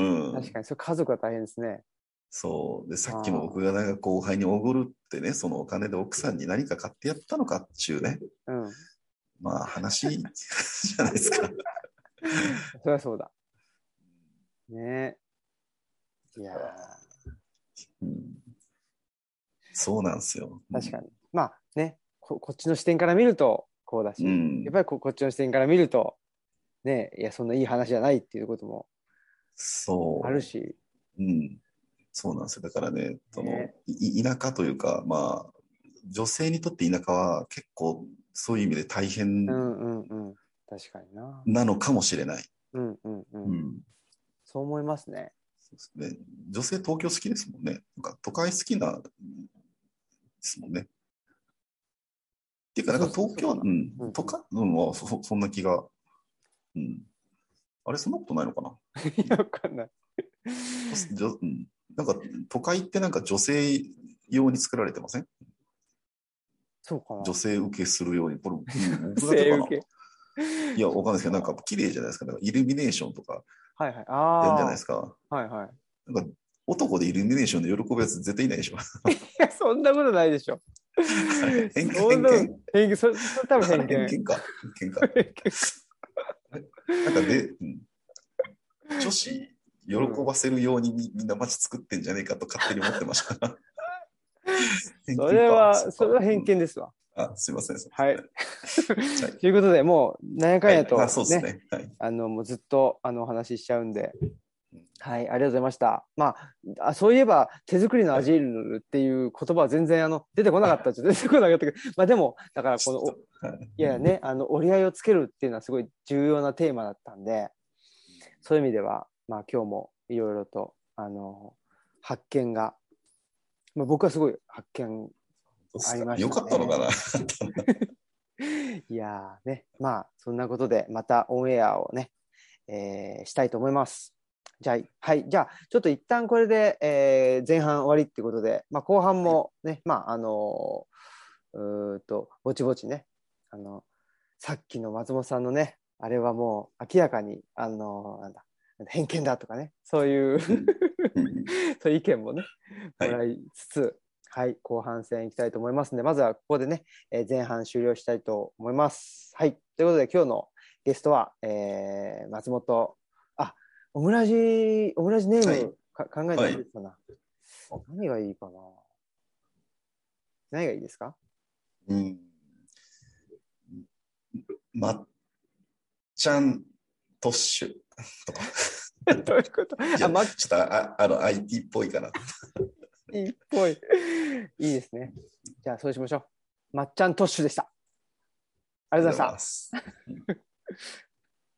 確かに、それ家族は大変ですね。 そう。で、さっきの僕があなんか後輩におごるってね、そのお金で奥さんに何か買ってやったのかっていうね、 あ、うん。 まあ話じゃないですか。 そりゃそうだ。ね。いやうん、そうなんですよ。 ー、確かに。まあね、こっちの視点から見るとこうだし、やっうん。 ぱりこっちの視点から見ると、ね、いや、そんないい話じゃないっていうこともあるそし、 う。うん。そうなんですよ。だからね、 ね。 田舎というか、まあ、女性にとって田舎は結構そういう意味で大変うんうんうん。確かにな。 なのかもしれない。 うんうんうん。 うん。 そう思いますね。 そうですね。女性東京好きですもんね。なんか都会好きなですもんね。っていうか、なんか東京、 そうかな。 うん、 うんうん。 とか、うん、まあそんな気が、うん。あれ、そんなことないのかな。 いや、わかんない。 うん、なんか、都会ってなんか女性用に作られてません？ そうかな。 女性受けするように、これ、うん、僕だけかな。 背受け。 いや、わかんないですけど、なんかそっか。 綺麗じゃないですか。なんかイルミネーションとかはいはい。 やるんじゃないああ。 ですか。 はいはい。 なんか、男でイルミネーションで喜ぶやつ絶対いないでしょ。 いや、そんなことないでしょ。 あれ、 そんなこと、 偏見それ多分あれ、 偏見。 偏見か。偏見か。なんかで、女子喜うん。 ばせるようにみんな街作ってんじゃねえかと勝手に思ってました。偏見か。そっそれはか。うん。 偏見ですわ。 すいません。すいまはい。 せん。じゃということで、もう、なんやかんはい。 やとそうですね、 ね。はい。 もうずっと、お話ししちゃうんで、 はい、ありがとうございました。まあ、そういえば手作りのアジールっていう言葉は全然出てこなかった、ちょっと出てこなかったけど、まあでも、だからこの、 ちょっと、はい。 いやね、折り合いをつけるっていうのはすごい重要なテーマだったんで、そういう意味では、まあ今日もいろいろと、発見が、まあ、僕はすごい発見どうですか？ ありましよかったのかたね。 な？ いやーね、まあそんなことでまたオンエアをね、したいと思います。じゃあ、はい、じゃあちょっと一旦これで、前半終わりっていうことで、まあ、後半はい。 もね、まあぼちぼちね、さっきの松本さんのね、あれはもう明らかになんだ偏見だとかね、そういううん。うん。 そういう意見もね、 はい。 もらいつつ、はい、後半戦いきたいと思いますので、まずはここでね、前半終了したいと思います。はい、ということで今日のゲストは、松本、あ、オムラジネーはい。 ム考えてはい。 忘れてたな。何がいいかな。何がいいですか？ うん。まっちゃんトッシュとか。 どういうこと？ いや、 あ、 ちょっとIT っぽいかな。 いいっぽい。いいですね。じゃあそうしましょう。まっちゃんトッシュでした。ありありがとうございがとうございました。 ます。